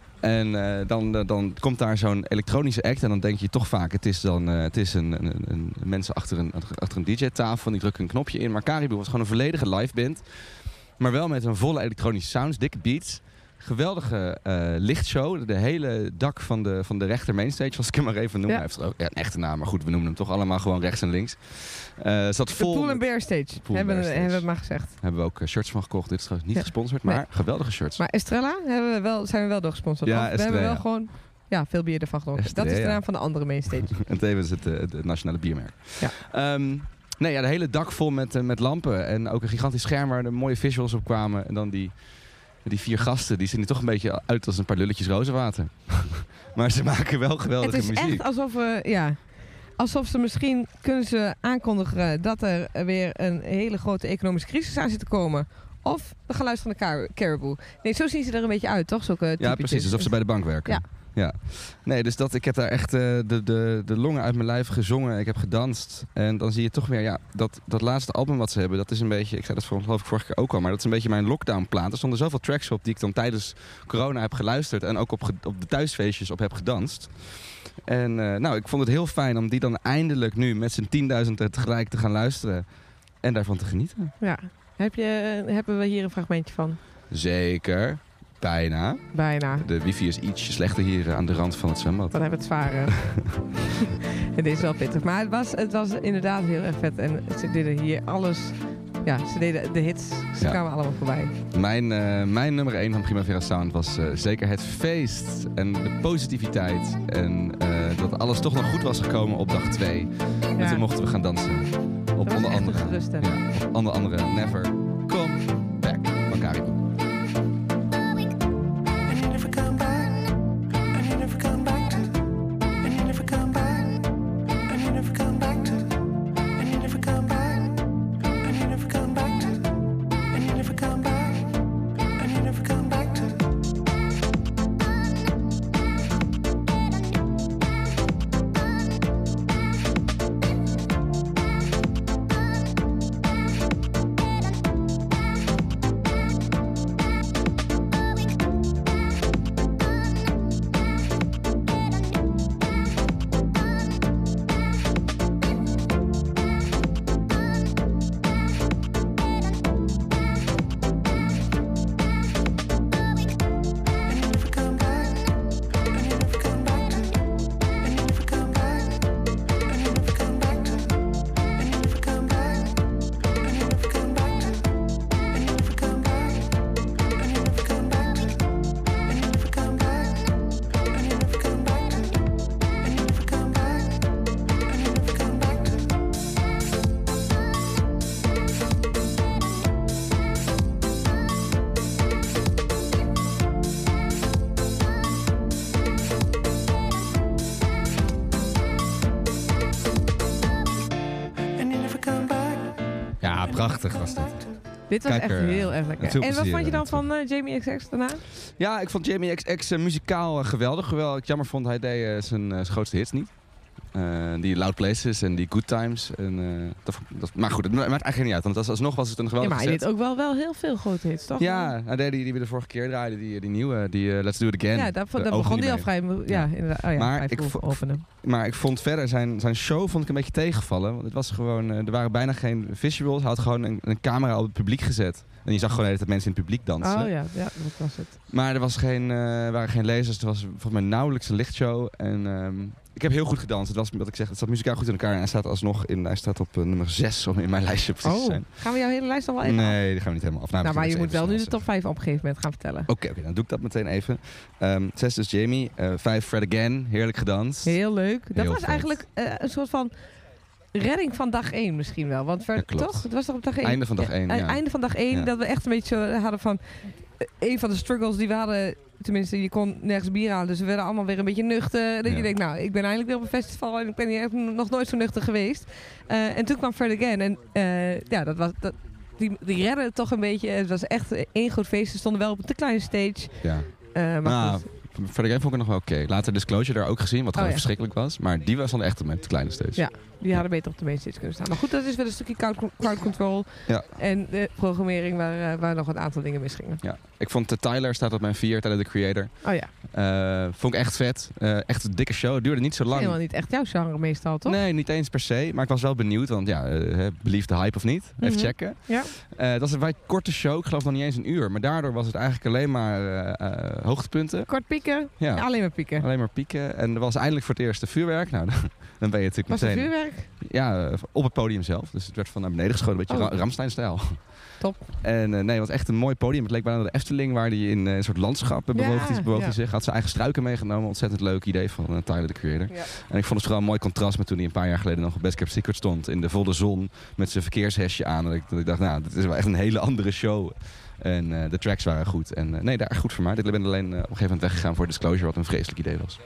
En uh, dan, uh, dan komt daar zo'n elektronische act en dan denk je toch vaak, het is dan uh, het is een, een, een, een mensen achter een, achter een D J-tafel en die drukken een knopje in. Maar Caribou was gewoon een volledige live band. Maar wel met een volle elektronische sounds, dikke beats. Geweldige uh, lichtshow. De hele dak van de, van de rechter mainstage, als ik hem maar even noem. Ja. Hij heeft ook ja, een echte naam, maar goed, we noemen hem toch allemaal gewoon rechts en links. Uh, zat vol de Pool and Bear Stage, Pool hebben, Bear Stage. hebben we het maar gezegd. Hebben we ook uh, shirts van gekocht. Dit is trouwens niet ja. gesponsord, maar nee. geweldige shirts. Maar Estrella hebben we wel, zijn we wel door gesponsord. Ja, we Estrella. hebben wel gewoon ja, veel bier ervan gedronken. Estrella. Dat is de naam van de andere mainstage. En tevens het, uh, het nationale biermerk. Ja. Um, nee, ja, de hele dak vol met, uh, met lampen. En ook een gigantisch scherm waar er mooie visuals op kwamen. En dan die, die vier gasten, die zien er toch een beetje uit als een paar lulletjes rozenwater. Maar ze maken wel geweldige muziek. Het is muziek. echt alsof we, ja, alsof ze misschien kunnen ze aankondigen dat er weer een hele grote economische crisis aan zit te komen. Of we gaan luisteren naar Car- Caribou. Nee, zo zien ze er een beetje uit, toch? Zulke Ja, typetjes. precies. Alsof ze bij de bank werken. Ja. Ja. Nee, dus dat, ik heb daar echt uh, de, de, de longen uit mijn lijf gezongen. Ik heb gedanst. En dan zie je toch weer, ja, dat, dat laatste album wat ze hebben, dat is een beetje, ik zei dat geloof ik vorige keer ook al, maar dat is een beetje mijn lockdown-plaat. Er stonden zoveel tracks op die ik dan tijdens corona heb geluisterd en ook op, ge, op de thuisfeestjes op heb gedanst. En uh, nou, ik vond het heel fijn om die dan eindelijk nu met z'n tienduizend tegelijk te gaan luisteren en daarvan te genieten. Ja. Heb je, hebben we hier een fragmentje van? Zeker. Bijna. Bijna. De wifi is ietsje slechter hier aan de rand van het zwembad. Dan hebben we het zwaar. Het is wel pittig. Maar het was, het was inderdaad heel erg vet. En ze deden hier alles. Ja, ze deden de hits. Ze ja. kwamen allemaal voorbij. Mijn, uh, mijn nummer één van Primavera Sound was uh, zeker het feest. En de positiviteit. En uh, dat alles toch nog goed was gekomen op dag twee. Ja. En toen mochten we gaan dansen. Op onder andere, ja, op onder andere Never Come Back van Caribou. Ja, prachtig was dit. Dit was Kijk echt er, heel erg met lekker. veel En wat plezier vond je dan naartoe. van uh, Jamie X X daarna? Ja, ik vond Jamie X X uh, muzikaal uh, geweldig. Hoewel ik jammer vond, hij deed uh, zijn, uh, zijn grootste hits niet. Uh, die Loud Places en die Good Times. En, uh, dat, dat, maar goed, het maakt eigenlijk niet uit. Want als, alsnog was het een Ja, geweldige maar hij set. deed ook wel, wel heel veel grote hits, toch? Ja, hij deed die, die we de vorige keer draaiden. Die, die nieuwe, die uh, Let's Do It Again. Ja, daar, Daar daar ogen begon die hij al mee. vrij... Ja, inderdaad. Oh ja, Maar vrij ik vroeg vo- openen. Maar ik vond verder zijn, zijn show vond ik een beetje tegenvallen. Want het was gewoon, uh, er waren bijna geen visuals. Hij had gewoon een, een camera op het publiek gezet. En je zag gewoon de hele tijd mensen in het publiek dansen. Oh ja, ja, dat was het. Maar er was geen, uh, waren geen lasers. Er was volgens mij nauwelijks een lichtshow. En um, ik heb heel goed gedanst. Het was wat ik zeg, het zat muzikaal goed in elkaar. En hij staat alsnog in, hij staat op uh, nummer zes om in mijn lijstje precies te Oh, zijn. gaan we jouw hele lijst al wel even af? Nee, die gaan we niet helemaal af. Nou, maar je misschien moet wel even nu de snel top vijf op een gegeven moment gaan vertellen. zeggen. Oké, okay, okay, dan doe ik dat meteen even. Um, zes dus Jamie. Uh, vijf Fred Again. Heerlijk gedanst. Heel leuk. Dat Heel was vet. eigenlijk uh, een soort van redding van dag één misschien wel. Want ver, Ja, klopt. toch? Het was toch op dag één? Einde van dag één, e- ja. Einde van dag één. Ja. Dat we echt een beetje zo hadden van... Uh, een van de struggles die we hadden... Tenminste, je kon nergens bier halen. Dus we werden allemaal weer een beetje nuchter. Dat Ja. je denkt, nou, ik ben eindelijk weer op een festival. En ik ben hier echt nog nooit zo nuchter geweest. Uh, en toen kwam Fred Again. En uh, ja, dat was... Dat, die, die redden het toch een beetje. Het was echt één groot feest. Ze stonden wel op een te kleine stage. Ja. Uh, maar Nou, goed. Fred Again vond ik nog wel oké. Okay. Later Disclosure daar ook gezien, wat gewoon Oh, ja. verschrikkelijk was. Maar die was dan echt op de kleine stage. Ja, die hadden beter op de main stage kunnen staan. Maar goed, dat is wel een stukje crowd, crowd control. Ja. En de programmering waar, uh, waar nog een aantal dingen misgingen. Ja. Ik vond uh, Tyler staat op mijn vier, Tyler the Creator. Oh ja, Uh, vond ik echt vet. Uh, echt een dikke show. Het duurde niet zo lang. helemaal niet echt jouw genre meestal, toch? Nee, niet eens per se. Maar ik was wel benieuwd. Want ja, uh, believe de hype of niet. Even Mhm. checken. Ja. Uh, dat was een vrij korte show. Ik geloof nog niet eens een uur. Maar daardoor was het eigenlijk alleen maar uh, uh, hoogtepunten. Kort pieken, Ja. ja, alleen maar pieken. Alleen maar pieken. En er was eindelijk voor het eerst de vuurwerk. Nou, dan, dan ben je natuurlijk Was er meteen... vuurwerk? Ja, uh, op het podium zelf. Dus het werd van naar beneden geschoten. Een beetje Oh. Ra- Ramstein-stijl. Top. En uh, nee, het was echt een mooi podium. Het leek bijna de Efteling, waar hij in uh, een soort landschap bewoog, Ja, hij, bewoog ja. hij zich. Had zijn eigen struiken meegenomen. Ontzettend leuk idee van uh, Tyler, the Creator. Ja. En ik vond het vooral een mooi contrast met toen hij een paar jaar geleden nog op Best Kept Secret stond. In de volle zon, met zijn verkeershesje aan. Dat ik, dat ik dacht, nou, dit is wel echt een hele andere show. En uh, de tracks waren goed. En uh, nee, daar erg goed voor mij. Ik ben alleen uh, op een gegeven moment weggegaan voor Disclosure, wat een vreselijk idee was.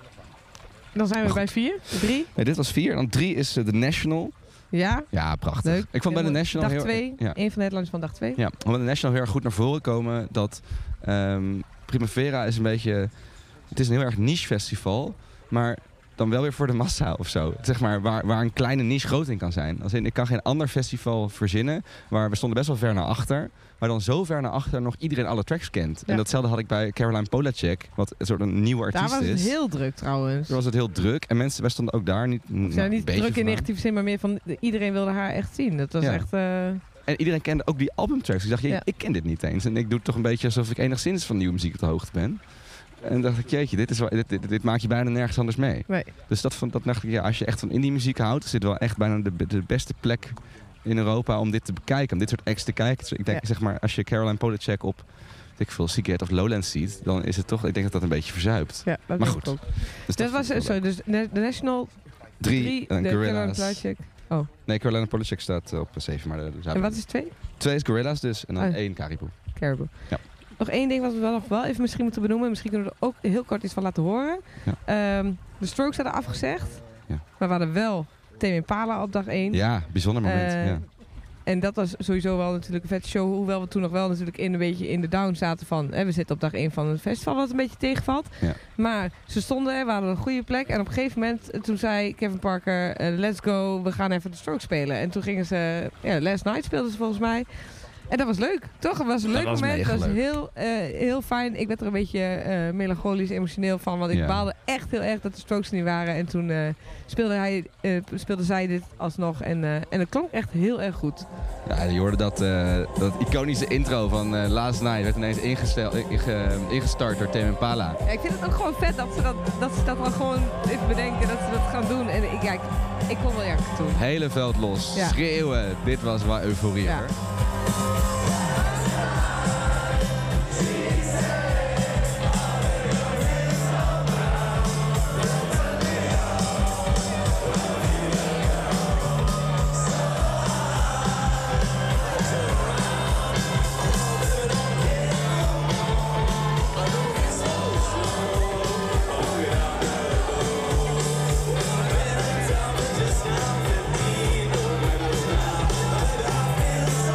Dan zijn we Maar bij vier, drie. Nee, dit was vier. En dan drie is uh, The National. Ja, Ja, prachtig. leuk. Ik vond bij The National Dag heel... twee, Ja. een van de headlines van dag twee. Ja, omdat de National heel erg goed naar voren komen dat um, Primavera is een beetje... Het is een heel erg niche festival, maar dan wel weer voor de massa of zo. Zeg maar, waar, waar een kleine niche groot in kan zijn. Als in, ik kan geen ander festival verzinnen, waar we stonden best wel ver naar achter, maar dan zo ver naar achter nog iedereen alle tracks kent. Ja. En datzelfde had ik bij Caroline Polacek, wat een soort een nieuwe artiest Daar was het is. heel druk trouwens. Toen was het heel druk en mensen, wij stonden ook daar niet... Ze nou, zijn een niet beetje druk in vandaan. negatieve zin, maar meer van iedereen wilde haar echt zien. Dat was Ja. echt... Uh, En iedereen kende ook die albumtracks. Ik dacht, je, Ja. ik ken dit niet eens. En ik doe het toch een beetje alsof ik enigszins van nieuwe muziek op de hoogte ben. En dacht ik, jeetje, dit, is wel, dit, dit, dit maak je bijna nergens anders mee. nee. Dus dat, vond- dat dacht ik, ja, als je echt van indie muziek houdt, is dit wel echt bijna de, de beste plek in Europa om dit te bekijken. Om dit soort acts te kijken. Dus ik denk, Ja. zeg maar, als je Caroline Polacek op, weet ik veel, Seagate of Lowlands ziet, dan is het toch, ik denk dat dat een beetje verzuipt. Ja, dat Maar denk ik goed. ook. Dus Dat was, vond ik wel sorry, dus de National Drie, drie, en de Gorillaz. Caroline Polacek. Nee, Caroline Polacek staat op zeven, maar de, de En wat is twee? twee is Gorillaz dus, en dan Oh. één Caribou. Caribou. Ja. Nog één ding wat we wel nog wel even misschien moeten benoemen. Misschien kunnen we er ook heel kort iets van laten horen. Ehm, de Strokes hadden afgezegd. Ja. Maar we hadden wel Tame Impala op dag één. Ja, bijzonder moment. Eh, ja. En dat was sowieso wel natuurlijk een vette show. Hoewel we toen nog wel natuurlijk in een beetje in de down zaten van... Hè, we zitten op dag één van het festival wat een beetje tegenvalt. Ja. Maar ze stonden er, we hadden een goede plek. En op een gegeven moment, eh, toen zei Kevin Parker... eh, let's go, we gaan even de Strokes spelen. En toen gingen ze... Ja, Last Night speelden ze volgens mij. En dat was leuk, toch? Het was een Dat leuk was moment. Het mega was leuk. heel, eh, heel fijn. Ik werd er een beetje eh, melancholisch, emotioneel van. Want ik Ja. baalde echt heel erg dat de Strokes er niet waren. En toen eh, speelde, hij, eh, speelde zij dit alsnog. En, uh, en het klonk echt heel erg goed. Ja, je hoorde dat, uh, dat iconische intro van uh, Last Night werd ineens ingestel, inge, ingestart door Tame Impala. Ja, ik vind het ook gewoon vet dat ze dat, dat, ze dat wel gewoon even bedenken. Dat ze dat gaan doen. En ik, ja, ik, ik kon wel janken toen. Hele veld los, Ja. schreeuwen. Dit was wel euforie Ja. hoor. Just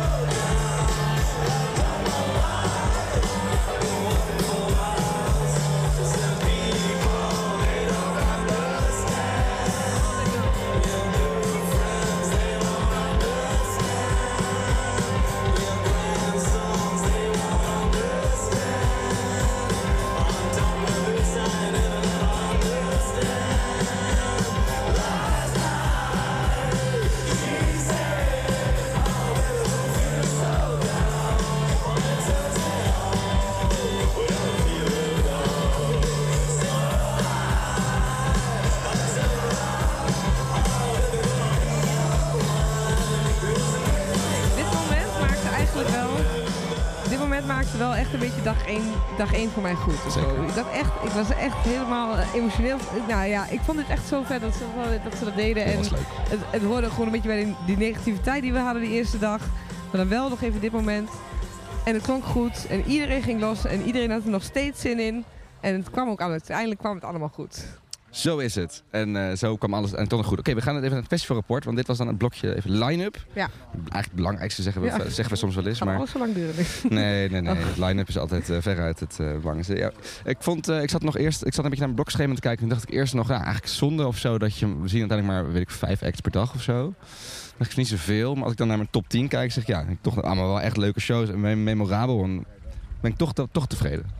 maakte wel echt een beetje dag één, dag één voor mij goed. of zo. Ik, dacht echt, ik was echt helemaal uh, emotioneel. Nou ja, ik vond het echt zo vet dat ze dat, ze dat deden. Dat en was leuk. Het, het hoorde gewoon een beetje bij die, die negativiteit die we hadden die eerste dag. Maar dan wel nog even dit moment. En het klonk goed. En iedereen ging los. En iedereen had er nog steeds zin in. En het kwam ook allemaal. Uiteindelijk kwam het allemaal goed. Zo is het. En uh, zo kwam alles en toch nog goed. Oké, okay, we gaan even naar het festivalrapport, want dit was dan het blokje even line-up. Ja. Eigenlijk het belangrijkste zeggen we, Ja. zeggen we soms wel eens. Het Maar alles zo lang duren. nee, nee, nee. Oh. Het line-up is altijd uh, veruit het uh, belangrijkste. Ja. Ik vond, uh, ik zat nog eerst, ik zat een beetje naar mijn blokschema te kijken en dacht ik eerst nog, ja, eigenlijk zonde of zo dat je, we zien uiteindelijk maar, weet ik, vijf acts per dag of zo. Dat is niet zoveel, maar als ik dan naar mijn top tien kijk, zeg ik, ja, ik toch allemaal wel echt leuke shows en mem- memorabel. En ben ik toch, toch tevreden.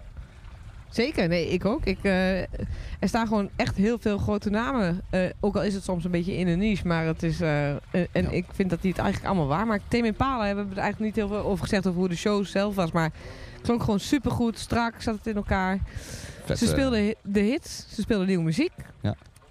Zeker, nee, ik ook. Ik, uh, er staan gewoon echt heel veel grote namen. Uh, ook al is het soms een beetje in een niche, maar het is... Uh, en Ja. ik vind dat die het eigenlijk allemaal waar maakt. Tame Impala hebben we er eigenlijk niet heel veel over gezegd over hoe de show zelf was, maar het klonk gewoon supergoed, strak zat het in elkaar. Vet, Ze uh, speelden hi- de hits, ze speelden nieuwe muziek. Ja.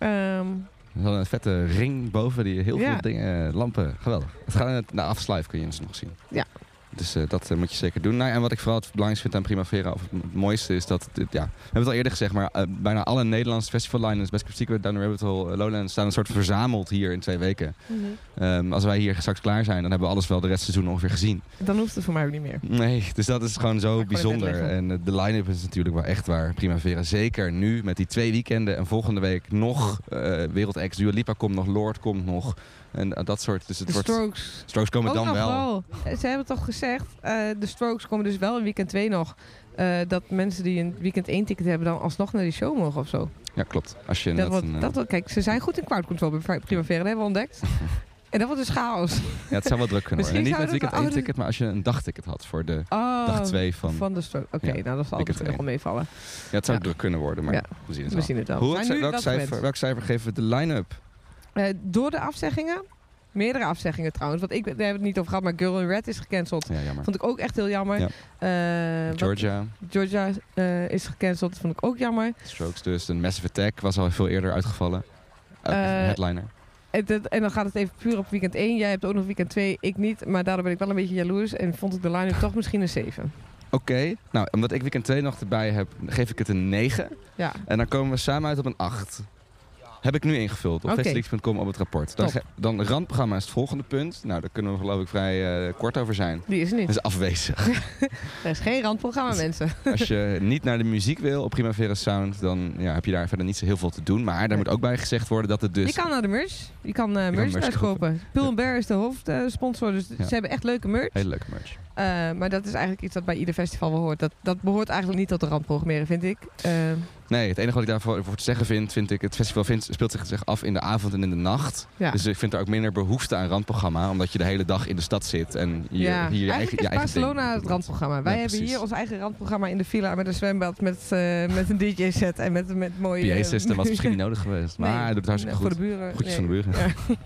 Um, We hadden een vette ring boven die heel Ja. veel dingen, lampen, geweldig. Het gaat in het, na afsluif kun je ze nog zien. Ja. Dus uh, dat uh, moet je zeker doen. Nou, en wat ik vooral het belangrijkste vind aan Primavera, of het mooiste is dat, dit, ja, we hebben het al eerder gezegd, maar uh, bijna alle Nederlandse festivalliners, Best Kept Secret, Down the Rabbit Hole, uh, Lowlands, staan een soort verzameld hier in twee weken. mm-hmm. Um, als wij hier straks klaar zijn, dan hebben we alles wel de rest van het seizoen ongeveer gezien. Dan hoeft het voor mij ook niet meer. Nee, dus dat is gewoon zo Ga ik gewoon in bed bijzonder. liggen. En uh, de line-up is natuurlijk wel echt waar. Primavera, zeker nu met die twee weekenden en volgende week nog uh, Wereld X, Dua Lipa komt nog, Lord komt nog. En uh, dat soort. Dus het De wordt, Strokes. Strokes komen Ook dan nog wel. wel. Ze hebben toch gezegd, uh, de Strokes komen dus wel in weekend twee nog. Uh, dat mensen die een weekend één ticket hebben dan alsnog naar die show mogen of zo. Ja, klopt. Als je Dat net wordt, een, uh, dat wordt, kijk, ze zijn goed in crowd control bij Primavera, dat hebben we ontdekt. En dat wordt dus chaos. ja, het zou wel druk kunnen worden. En Misschien niet met zouden weekend de één oude- ticket, maar als je een dagticket had voor de Oh, dag twee van... van de Strokes. Oké, Ja, nou dat zal weekend misschien nog wel meevallen. Ja, het zou Ja. druk kunnen worden, maar Ja. we zien het We wel. zien het wel. Hoe, Maar welk, nu welk, dat cijfer, gewend. welk cijfer geven we de line-up? Uh, door de afzeggingen, meerdere afzeggingen trouwens. Want ik, daar hebben we het niet over gehad, maar Girl in Red is gecanceld. Ja, jammer. Vond ik ook echt heel jammer. Ja. Uh, wat- Georgia, Georgia uh, is gecanceld, dat vond ik ook jammer. Strokes dus. De Massive Attack was al veel eerder uitgevallen. Uh, Uh, headliner. En, dat- en dan gaat het even puur op weekend één. Jij hebt ook nog weekend twee, ik niet. Maar daardoor ben ik wel een beetje jaloers. En vond ik de line-up toch misschien een zeven. Oké, okay. Nou, omdat ik weekend twee nog erbij heb, geef ik het een negen. Ja. En dan komen we samen uit op een acht. Heb ik nu ingevuld op Oké. festileaks punt com op het rapport. Dan, Top. ge- dan randprogramma is het volgende punt. Nou, daar kunnen we geloof ik vrij uh, kort over zijn. Die is er niet. Dat is afwezig. Er is geen randprogramma, mensen. Als je niet naar de muziek wil op Primavera Sound, dan ja, heb je daar verder niet zo heel veel te doen. Maar daar Nee. moet ook bij gezegd worden dat het dus... Je kan naar de merch. Je kan uh, merch merch thuis kopen. Pull and Bear is de hoofdsponsor. Dus Ja. ze hebben echt leuke merch. Hele leuke merch. Uh, maar dat is eigenlijk iets dat bij ieder festival wel hoort. Dat, dat behoort eigenlijk niet tot de randprogrammeren, vind ik. Uh, Nee, het enige wat ik daarvoor voor te zeggen vind, vind ik, het festival vindt, speelt zich, zich af in de avond en in de nacht. ja. Dus ik vind er ook minder behoefte aan randprogramma, omdat je de hele dag in de stad zit en je, ja. hier je Eigenlijk eigen, je is eigen Barcelona ding. het randprogramma. Wij Ja, hebben precies. hier ons eigen randprogramma in de villa met een zwembad, met, uh, met een D J-set en met, met mooie... P A-system was misschien niet nodig geweest, maar Nee, hij doet het hartstikke voor goed. de buren. Goedjes nee. van de buren. Ja.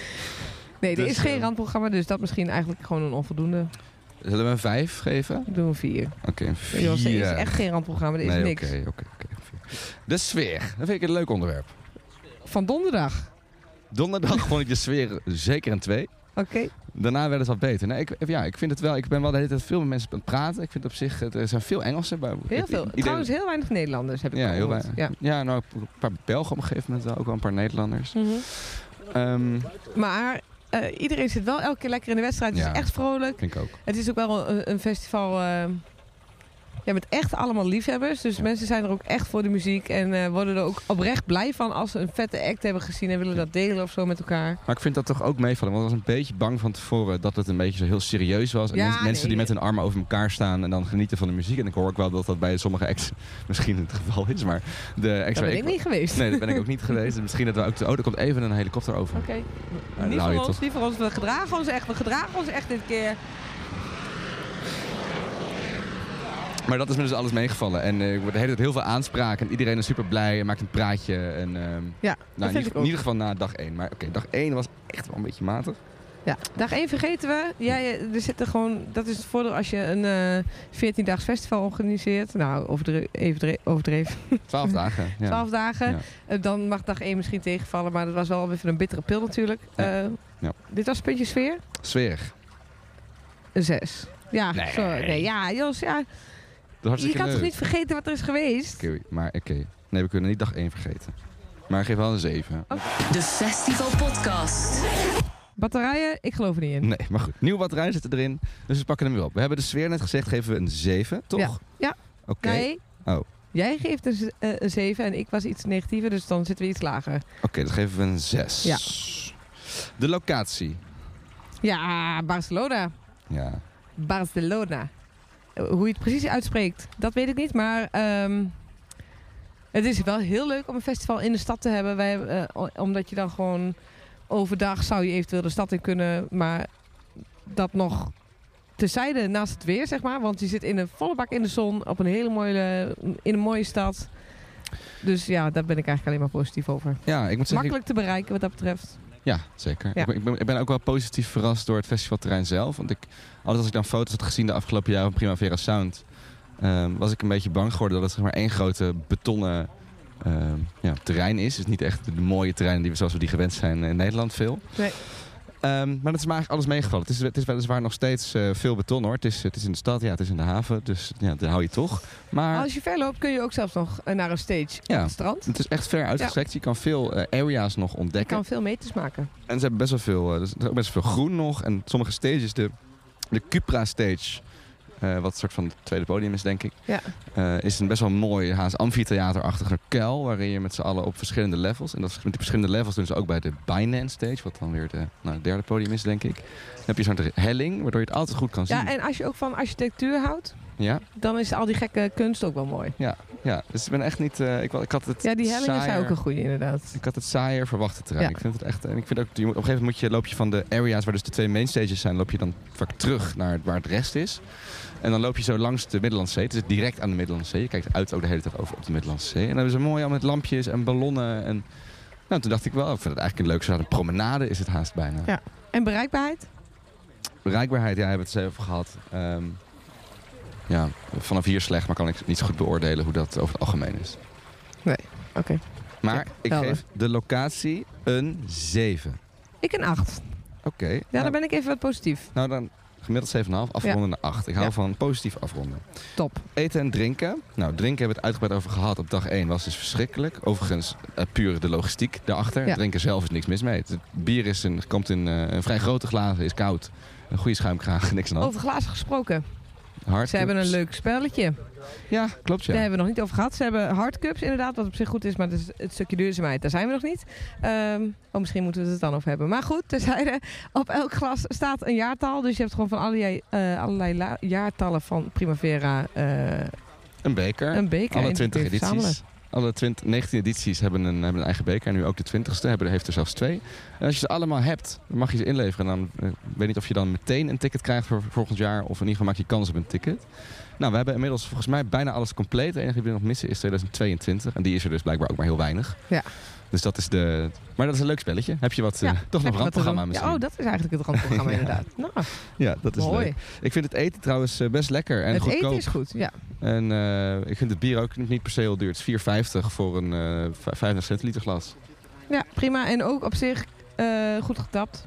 Nee, er Dus, is geen uh, randprogramma, dus dat misschien eigenlijk gewoon een onvoldoende. Zullen we een vijf geven? Ik doe een vier. Oké, okay, een vier. Jongens, er is echt geen randprogramma, er is nee, niks. Oké, oké, oké. De sfeer, dat vind ik een leuk onderwerp. Van donderdag. Donderdag vond ik de sfeer zeker een twee. Oké. Okay. Daarna werd het wat beter. Nee, ik, ja, ik vind het wel. Ik ben wel de hele tijd veel met mensen aan het praten. Ik vind op zich, er zijn veel Engelsen. Bij, Heel veel. Iedereen, Trouwens, heel weinig Nederlanders heb ik ja, al heel gehoord. weinig. Ja. ja, nou, een paar Belgen op een gegeven moment wel. Ook wel een paar Nederlanders. Mm-hmm. Um, maar uh, iedereen zit wel elke keer lekker in de wedstrijd. Het ja, is echt vrolijk. Vind ik ook. Het is ook wel een, een festival... Uh, Ja, met echt allemaal liefhebbers. Dus ja. mensen zijn er ook echt voor de muziek. En uh, worden er ook oprecht blij van als ze een vette act hebben gezien. En willen ja. dat delen of zo met elkaar. Maar ik vind dat toch ook meevallen. Want ik was een beetje bang van tevoren dat het een beetje zo heel serieus was. En ja, mens, nee. mensen die met hun armen over elkaar staan en dan genieten van de muziek. En ik hoor ook wel dat dat bij sommige acts misschien het geval is. Maar de extra Daar ben ik niet geweest. Nee, dat ben ik ook niet geweest. Dus misschien dat we ook... Oh, er komt even een helikopter over. Oké. Okay. Nou, niet nou, voor ons, toch... niet voor ons. We gedragen ons echt. We gedragen ons echt dit keer. Maar dat is me dus alles meegevallen. En uh, ik word de hele tijd heel veel aanspraak. En iedereen is super blij en maakt een praatje. En, uh, ja, nou, in, ieder, in ieder geval na dag één. Maar oké, okay, dag één was echt wel een beetje matig. Ja, dag één vergeten we. Ja, er zitten gewoon, dat is het voordeel als je een uh, veertien-daags festival organiseert. Nou, overdre- even overdreven. Twaalf dagen. Ja. Twaalf dagen. Ja. Uh, dan mag dag één misschien tegenvallen. Maar dat was wel even een bittere pil natuurlijk. Ja. Uh, ja. Dit was puntje sfeer. Sfeer. Een zes. Ja, Nee. zo, nee, ja, Jos, ja. Dat is Je hartstikke kan leuk. toch niet vergeten wat er is geweest? Oké, maar oké. Nee, we kunnen niet dag één vergeten. Maar geef wel een zeven. De Festival Podcast. Batterijen, ik geloof er niet in. Nee, maar goed. Nieuwe batterijen zitten erin, dus we pakken hem weer op. We hebben de sfeer net gezegd, geven we een zeven, toch? Ja. Ja. Oké. Nee. Oh. Jij geeft een, z- eh, een zeven en ik was iets negatiever, dus dan zitten we iets lager. Oké, dan geven we een zes. Ja. De locatie. Ja, Barcelona. Ja. Barcelona. Eh, Hoe je het precies uitspreekt, dat weet ik niet. Maar ehm, het is wel heel leuk om een festival in de stad te hebben. Wij, eh, o- omdat je dan gewoon overdag zou je eventueel de stad in kunnen. Maar dat nog terzijde naast het weer, zeg maar. Want je zit in een volle bak in de zon op een hele mooie, in een mooie stad. Dus ja, daar ben ik eigenlijk alleen maar positief over. Ja, ik moet zeggen... Makkelijk te bereiken wat dat betreft. Ja, zeker. Ja. Ik, ben, ik, ben, ik ben ook wel positief verrast door het festivalterrein zelf. Want ik, altijd als ik dan foto's had gezien de afgelopen jaren van Primavera Sound... ehm, was ik een beetje bang geworden dat het zeg maar één grote betonnen ehm, ja, terrein is. Het is niet echt de mooie terreinen die we, zoals we die gewend zijn in Nederland veel. Nee. Ehm, maar dat is me eigenlijk alles meegevallen. Het is, het is weliswaar nog steeds uh, veel beton hoor. Het is, het is in de stad, ja, het is in de haven. Dus ja, daar hou je toch. Maar Als je ver loopt kun je ook zelfs nog eh, naar een stage Ja. op het strand. het is echt ver uitgestrekt. Je kan veel uh, area's nog Je ontdekken. kan veel meters maken. En ze hebben best wel veel, uh, er is ook best wel veel groen nog. En sommige stages, de, de Cupra stage, uh, wat een soort van het tweede podium is denk ik. Ja. Uh, is een best wel mooi haast amfitheaterachtige kuil. Waarin je met z'n allen op verschillende levels. En dat is, met die verschillende levels doen ze ook bij de Binance stage. Wat dan weer de, nou, het derde podium is denk ik. Dan heb je zo'n helling waardoor je het altijd goed kan zien. Ja, en als je ook van architectuur houdt, Ja, dan is al die gekke kunst ook wel mooi. ja, ja. Dus ik ben echt niet... Uh, ik, ik had het Ja, die hellingen zijn saaier- ook een goede inderdaad. Ik had het saaier verwacht het terrein. Ja. Ik vind het echt. En ik vind ook, je moet, op een gegeven moment moet je, loop je van de areas waar dus de twee mainstages zijn, loop je dan vaak terug naar waar het rest is. En dan loop je zo langs de Middellandse Zee. Het is direct aan de Middellandse Zee. Je kijkt uit ook de hele tijd over op de Middellandse Zee. En dan hebben ze mooi al met lampjes en ballonnen. En nou, toen dacht ik wel, ik vind het eigenlijk een leuk soort een promenade is het haast bijna. Ja. En bereikbaarheid? Bereikbaarheid, ja, hebben we het eens even gehad. Ehm, ja, vanaf hier slecht, maar kan ik niet zo goed beoordelen hoe dat over het algemeen is. Oké. Maar Check. ik Helder. geef de locatie een zeven. Ik een acht. Oké. Ja, nou, dan ben ik even wat positief. nou dan gemiddeld zeven komma vijf, afronden naar acht. Ik hou Ja. van positief afronden. Top. Eten en drinken. Nou, drinken hebben we het uitgebreid over gehad op dag één. Was dus verschrikkelijk. Overigens, uh, puur de logistiek daarachter. Ja. Drinken zelf is niks mis mee. Het bier is een, komt in uh, een vrij grote glazen, is koud. Een goede schuimkraag, niks aan de hand. Over glazen gesproken. Hardcups. Ze hebben een leuk spelletje. Ja, klopt ja. Daar hebben we nog niet over gehad. Ze hebben hardcups inderdaad, wat op zich goed is, maar het, is het stukje duurzaamheid, daar zijn we nog niet. Ehm, oh, misschien moeten we het dan over hebben. Maar goed, terzijde, op elk glas staat een jaartal. Dus je hebt gewoon van allerlei, uh, allerlei la- jaartallen van Primavera uh, Een beker. een beker. Alle en die twintig kun je verzamelen. edities. Alle twintig, negentien edities hebben een, hebben een eigen beker. En nu ook de twintigste. Hebben, heeft er zelfs twee. En als je ze allemaal hebt, dan mag je ze inleveren. En dan uh, weet niet of je dan meteen een ticket krijgt voor volgend jaar. Of in ieder geval maak je kans op een ticket. Nou, we hebben inmiddels volgens mij bijna alles compleet. Het enige die we nog missen is twintig tweeëntwintig. En die is er dus blijkbaar ook maar heel weinig. Ja. Dus dat is de... Maar dat is een leuk spelletje. Heb je wat, Ja, uh, toch nog heb je een wat te randprogramma doen? misschien? Ja, oh, dat is eigenlijk het randprogramma Ja. inderdaad. Nou, Ja, dat is mooi. leuk. Ik vind het eten trouwens uh, best lekker en het goedkoop. eten is goed, ja. En uh, ik vind het bier ook niet per se heel duur. Het is vier vijftig voor een uh, vijfendertig centiliter glas. Ja, prima. En ook op zich uh, goed getapt.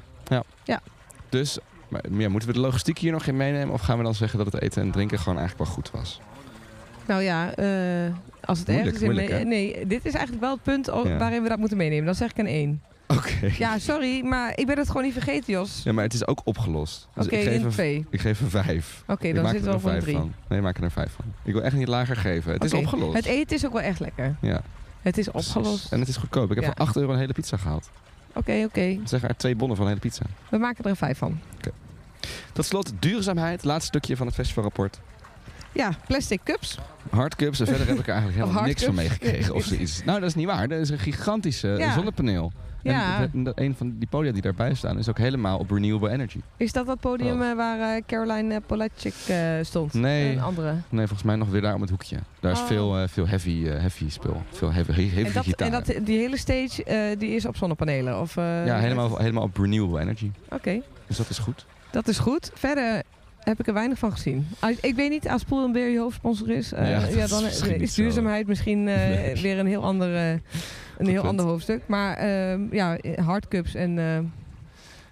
Dus maar, ja, moeten we de logistiek hier nog in meenemen? Of gaan we dan zeggen dat het eten en drinken gewoon eigenlijk wel goed was? Nou ja, uh, als het Moeilijk, ergens in... moeilijk, hè? nee, dit is eigenlijk wel het punt o- Ja. waarin we dat moeten meenemen. Dan zeg ik een één. Oké. Ja, sorry, maar ik ben het gewoon niet vergeten, Jos. Ja, maar het is ook opgelost. Dus Oké, ik, geef in een, twee. ik geef een vijf. Oké, Ik dan maak zitten er we een al voor een vijf drie. van. Nee, ik maak er een vijf van. Ik wil echt niet lager geven. Het Oké, is opgelost. Het eten is ook wel echt lekker. Ja, Het is precies. opgelost. En het is goedkoop. Ik heb Ja. voor acht euro een hele pizza gehaald. Oké, oké. Zeg maar twee bonnen van een hele pizza. We maken er een vijf van. Tot slot duurzaamheid. Laatste stukje van het festivalrapport. Ja, plastic cups. Hardcups. En verder heb ik er eigenlijk helemaal Of niks van hardcups. meegekregen of zoiets. Nou, dat is niet waar. Dat is een gigantische Ja. zonnepaneel. Ja. En de- een van die podia die daarbij staan is ook helemaal op renewable energy. Is dat dat podium Oh. eh, waar eh, Caroline eh, Polacek eh, stond? Nee. Een andere. Nee, volgens mij nog weer daar om het hoekje. Daar is Oh. veel, uh, veel heavy, uh, heavy spul. Veel heavy, heavy En, dat, gitaar. en dat, die hele stage uh, die is op zonnepanelen? Of, uh, ja, helemaal, helemaal op renewable energy. Oké, okay. Dus dat is goed. Dat is goed. Verder heb ik er weinig van gezien. Als, ik weet niet, als Poel en Bear je hoofdsponsor is, uh, Ja, dat ja, is dan misschien is niet zo. duurzaamheid misschien uh, Nee. weer een heel ander, uh, een heel punt. ander hoofdstuk. Maar uh, ja, hardcups en... Uh,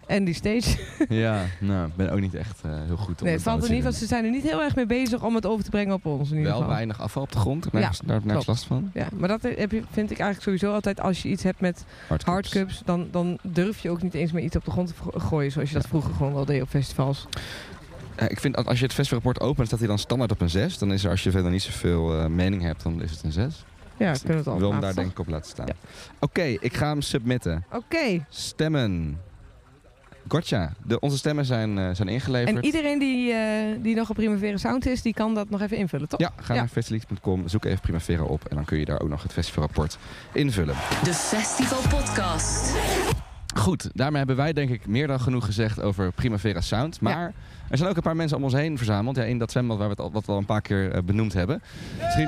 En die stage. Ja, nou, ik ben ook niet echt uh, heel goed om Nee, het het valt er te niet, doen. want ze zijn er niet heel erg mee bezig om het over te brengen op ons in ieder Wel geval. weinig afval op de grond, daar heb ik nergens- daar heb ik nergens last van. Ja, maar dat heb je, vind ik eigenlijk sowieso altijd als je iets hebt met Hardcups. hardcups, dan, dan durf je ook niet eens meer iets op de grond te vro- gooien zoals je dat vroeger gewoon wel deed op festivals. Uh, ik vind dat als je het festivalrapport opent, staat hij dan standaard op een zes. Dan is er, als je verder niet zoveel uh, mening hebt, dan is het een zes. Ja, kunnen we het Ik al wil hem laten, daar denk toch? ik op laten staan. Ja. Oké, okay, ik ga hem submitten. Oké. Okay. Stemmen. Gotcha. De, onze stemmen zijn, uh, zijn ingeleverd. En iedereen die, uh, die nog op Primavera Sound is, die kan dat nog even invullen, toch? Ja, ga ja. naar festileaks punt com, zoek even Primavera op en dan kun je daar ook nog het festivalrapport invullen. De Festival Podcast. Goed, daarmee hebben wij denk ik meer dan genoeg gezegd over Primavera Sound. Maar ja. er zijn ook een paar mensen om ons heen verzameld. Ja, in dat zwembad waar we het al, wat we al een paar keer uh, benoemd hebben. Misschien...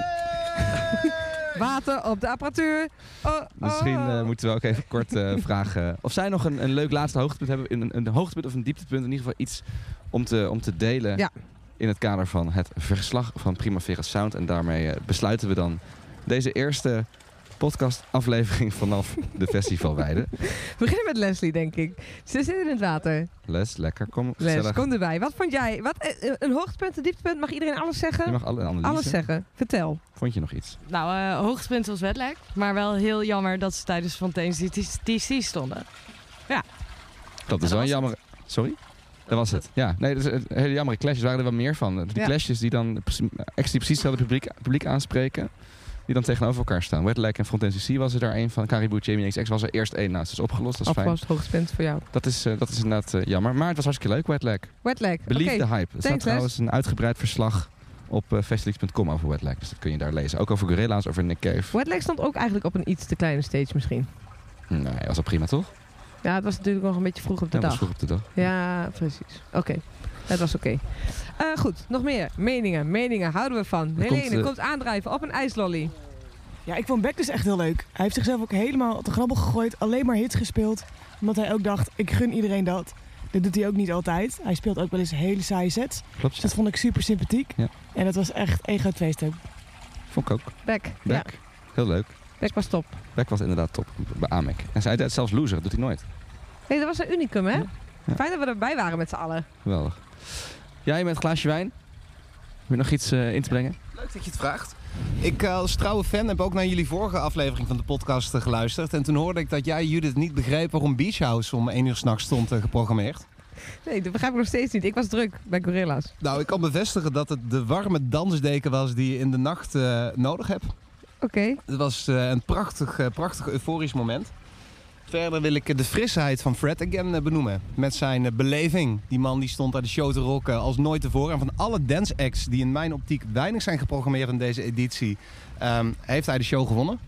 Water op de apparatuur. Oh, oh. Misschien uh, moeten we ook even kort uh, vragen of zij nog een, een leuk laatste hoogtepunt hebben. Een, een hoogtepunt of een dieptepunt. In ieder geval iets om te, om te delen ja. in het kader van het verslag van Primavera Sound. En daarmee uh, besluiten we dan deze eerste podcastaflevering vanaf de festivalweide. We beginnen met Leslie, denk ik. Ze zit in het water. Les, lekker. Kom, Les, gezellig. kom erbij. Wat vond jij? Wat, een hoogtepunt, een dieptepunt? Mag iedereen alles zeggen? Je mag alle analyse. Alles zeggen. Vertel. Vond je nog iets? Nou, uh, hoogtepunt was Wetlag. Maar wel heel jammer dat ze tijdens Fontaine's D C stonden. Ja. Dat is wel een jammer... Sorry? Dat was het. Ja, nee, dat is een hele jammere clashes. Waren er wel meer van. Die ja. clashes die dan extra precies hetzelfde publiek, publiek aanspreken. Die dan tegenover elkaar staan. Wetlag en Fontaine's D C was er daar één van. Caribou, Jamie X X was er eerst één. Nou, het is opgelost. Dat is Opgelost, fijn. hoogtepunt voor jou. Dat is, uh, dat is inderdaad uh, jammer. Maar het was hartstikke leuk, Wetlag. Wetlag. Believe okay. the hype. Er staat trouwens een uitgebreid verslag op uh, festileaks punt com over Wetlag. Dus dat kun je daar lezen. Ook over Gorilla's, over Nick Cave. Wetlag stond ook eigenlijk op een iets te kleine stage misschien. Nee, was dat prima, toch? Ja, het was natuurlijk nog een beetje vroeg op de ja, dag. was vroeg op de dag. Ja, precies. Oké. Okay. Het was oké. Okay. Uh, goed, nog meer. Meningen. Meningen houden we van. Er Helene komt, uh... komt aandrijven op een ijslolly. Ja, ik vond Beck dus echt heel leuk. Hij heeft zichzelf ook helemaal te grabbel gegooid. Alleen maar hits gespeeld. Omdat hij ook dacht, ik gun iedereen dat. Dat doet hij ook niet altijd. Hij speelt ook wel eens hele saaie sets. Klopt. Dus dat vond ik super sympathiek. Ja. En dat was echt één groot feest ook. Vond ik ook. Beck. Beck. Ja. Heel leuk. Beck was top. Beck was inderdaad top. Bij A M E C. En zij deed zelfs loser. Dat doet hij nooit. Nee, dat was een unicum, hè? Ja. Ja. Fijn dat we erbij waren met z'n allen. Geweldig. Jij met een glaasje wijn. Heb je nog iets uh, in te brengen? Leuk dat je het vraagt. Ik uh, als trouwe fan heb ook naar jullie vorige aflevering van de podcast uh, geluisterd. En toen hoorde ik dat jij, Judith, niet begreep waarom Beach House om één uur 's nachts stond uh, geprogrammeerd. Nee, dat begrijp ik nog steeds niet. Ik was druk bij Gorilla's. Nou, ik kan bevestigen dat het de warme dansdeken was die je in de nacht uh, nodig hebt. Oké. Okay. Het was uh, een prachtig, uh, prachtig euforisch moment. Verder wil ik de frisheid van Fred again benoemen. Met zijn beleving. Die man die stond aan de show te rocken als nooit tevoren. En van alle dance acts die in mijn optiek weinig zijn geprogrammeerd in deze editie, um, heeft hij de show gewonnen.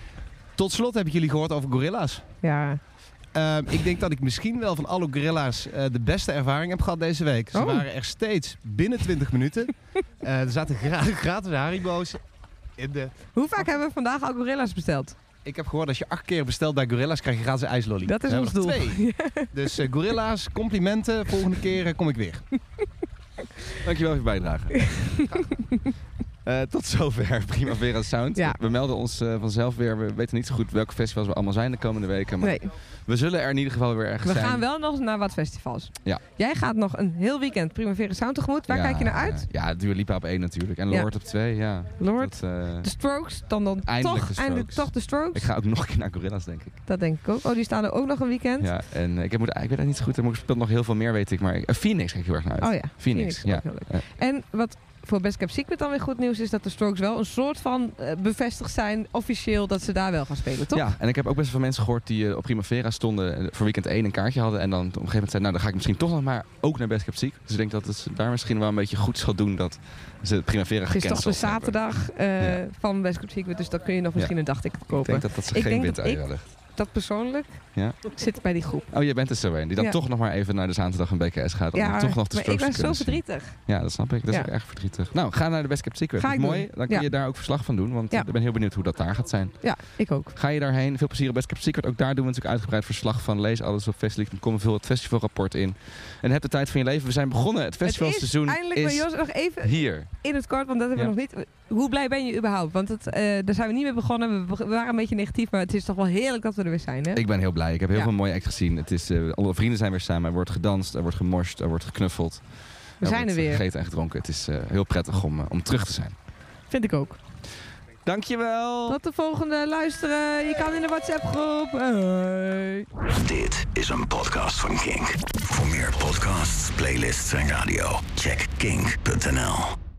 Tot slot heb ik jullie gehoord over Gorilla's. Ja. Uh, ik denk dat ik misschien wel van alle Gorilla's uh, de beste ervaring heb gehad deze week. Ze oh. waren er steeds binnen twintig minuten. Uh, er zaten gra gratis Haribo's in de... Hoe vaak hebben we vandaag al Gorilla's besteld? Ik heb gehoord dat als je acht keer bestelt bij Gorilla's, krijg je gratis een ijslolly. Dat is ons doel. Twee. Dus uh, Gorilla's, complimenten. Volgende keer uh, kom ik weer. Dankjewel voor je bijdrage. Uh, tot zover Primavera Sound. Ja. We melden ons uh, vanzelf weer. We weten niet zo goed welke festivals we allemaal zijn de komende weken. Maar nee. we zullen er in ieder geval weer ergens we zijn. We gaan wel nog naar wat festivals. Ja. Jij gaat nog een heel weekend Primavera Sound tegemoet. Waar ja, kijk je naar uit? Ja, Dua Lipa op één natuurlijk. En ja. Lord op twee. Ja. Lord. Dat, uh, de Strokes. Dan dan eindelijk toch, de Strokes. eindelijk toch de Strokes. Ik ga ook nog een keer naar Gorilla's, denk ik. Dat denk ik ook. Oh, die staan er ook nog een weekend. Ja, en uh, ik, heb, ik weet het niet zo goed. Er speelt nog heel veel meer, weet ik. Maar uh, Phoenix kijk ik heel erg naar uit. Oh ja. Phoenix. Phoenix ja. heel leuk. Ja. En wat voor Best Kept Secret dan weer goed nieuws is dat de Strokes wel een soort van uh, bevestigd zijn, officieel, dat ze daar wel gaan spelen, toch? Ja, en ik heb ook best wel mensen gehoord die uh, op Primavera stonden, uh, voor weekend één een kaartje hadden. En dan op een gegeven moment zeiden, nou dan ga ik misschien toch nog maar ook naar Best Kept Secret. Dus ik denk dat het daar misschien wel een beetje goed zal doen dat ze Primavera gecanceld hebben. Het is toch de zaterdag uh, ja. van Best Kept Secret, dus dan kun je nog misschien ja. een dagticket kopen. Ik denk dat dat ze ik geen windeieren leggen. Dat persoonlijk ja? zit bij die groep. Oh, jij bent er zo een die dan ja. toch nog maar even naar de zaterdag een B K S gaat. Om ja, dan toch nog de maar ik ben zo verdrietig. Ja, dat snap ik. Dat is ja. ook erg verdrietig. Nou, ga naar de Best Kept Secret. Dat is mooi. Doen. Dan kun ja. je daar ook verslag van doen. Want ja. ik ben heel benieuwd hoe dat daar gaat zijn. Ja, ik ook. Ga je daarheen. Veel plezier op Best Kept Secret. Ook daar doen we natuurlijk uitgebreid verslag van. Lees alles op festileaks punt com. Vul het festivalrapport in. En heb de tijd van je leven. We zijn begonnen. Het festivalseizoen is, eindelijk, is Jos, nog even hier. In het kort, want dat hebben ja. we nog niet. Hoe blij ben je überhaupt? Want het, uh, daar zijn we niet mee begonnen. We, we waren een beetje negatief. Maar het is toch wel heerlijk dat we er zouden weer zijn, hè? Ik ben heel blij. Ik heb heel Ja. veel mooie acts gezien. Het is, uh, alle vrienden zijn weer samen. Er wordt gedanst, er wordt gemorst, er wordt geknuffeld. We zijn er wordt weer. gegeten en gedronken. Het is uh, heel prettig om, uh, om terug te zijn. Vind ik ook. Dankjewel. Tot de volgende luisteren. Je kan in de WhatsApp-groep. Hoi. Dit is een podcast van Kink. Voor meer podcasts, playlists en radio, check kink punt n l.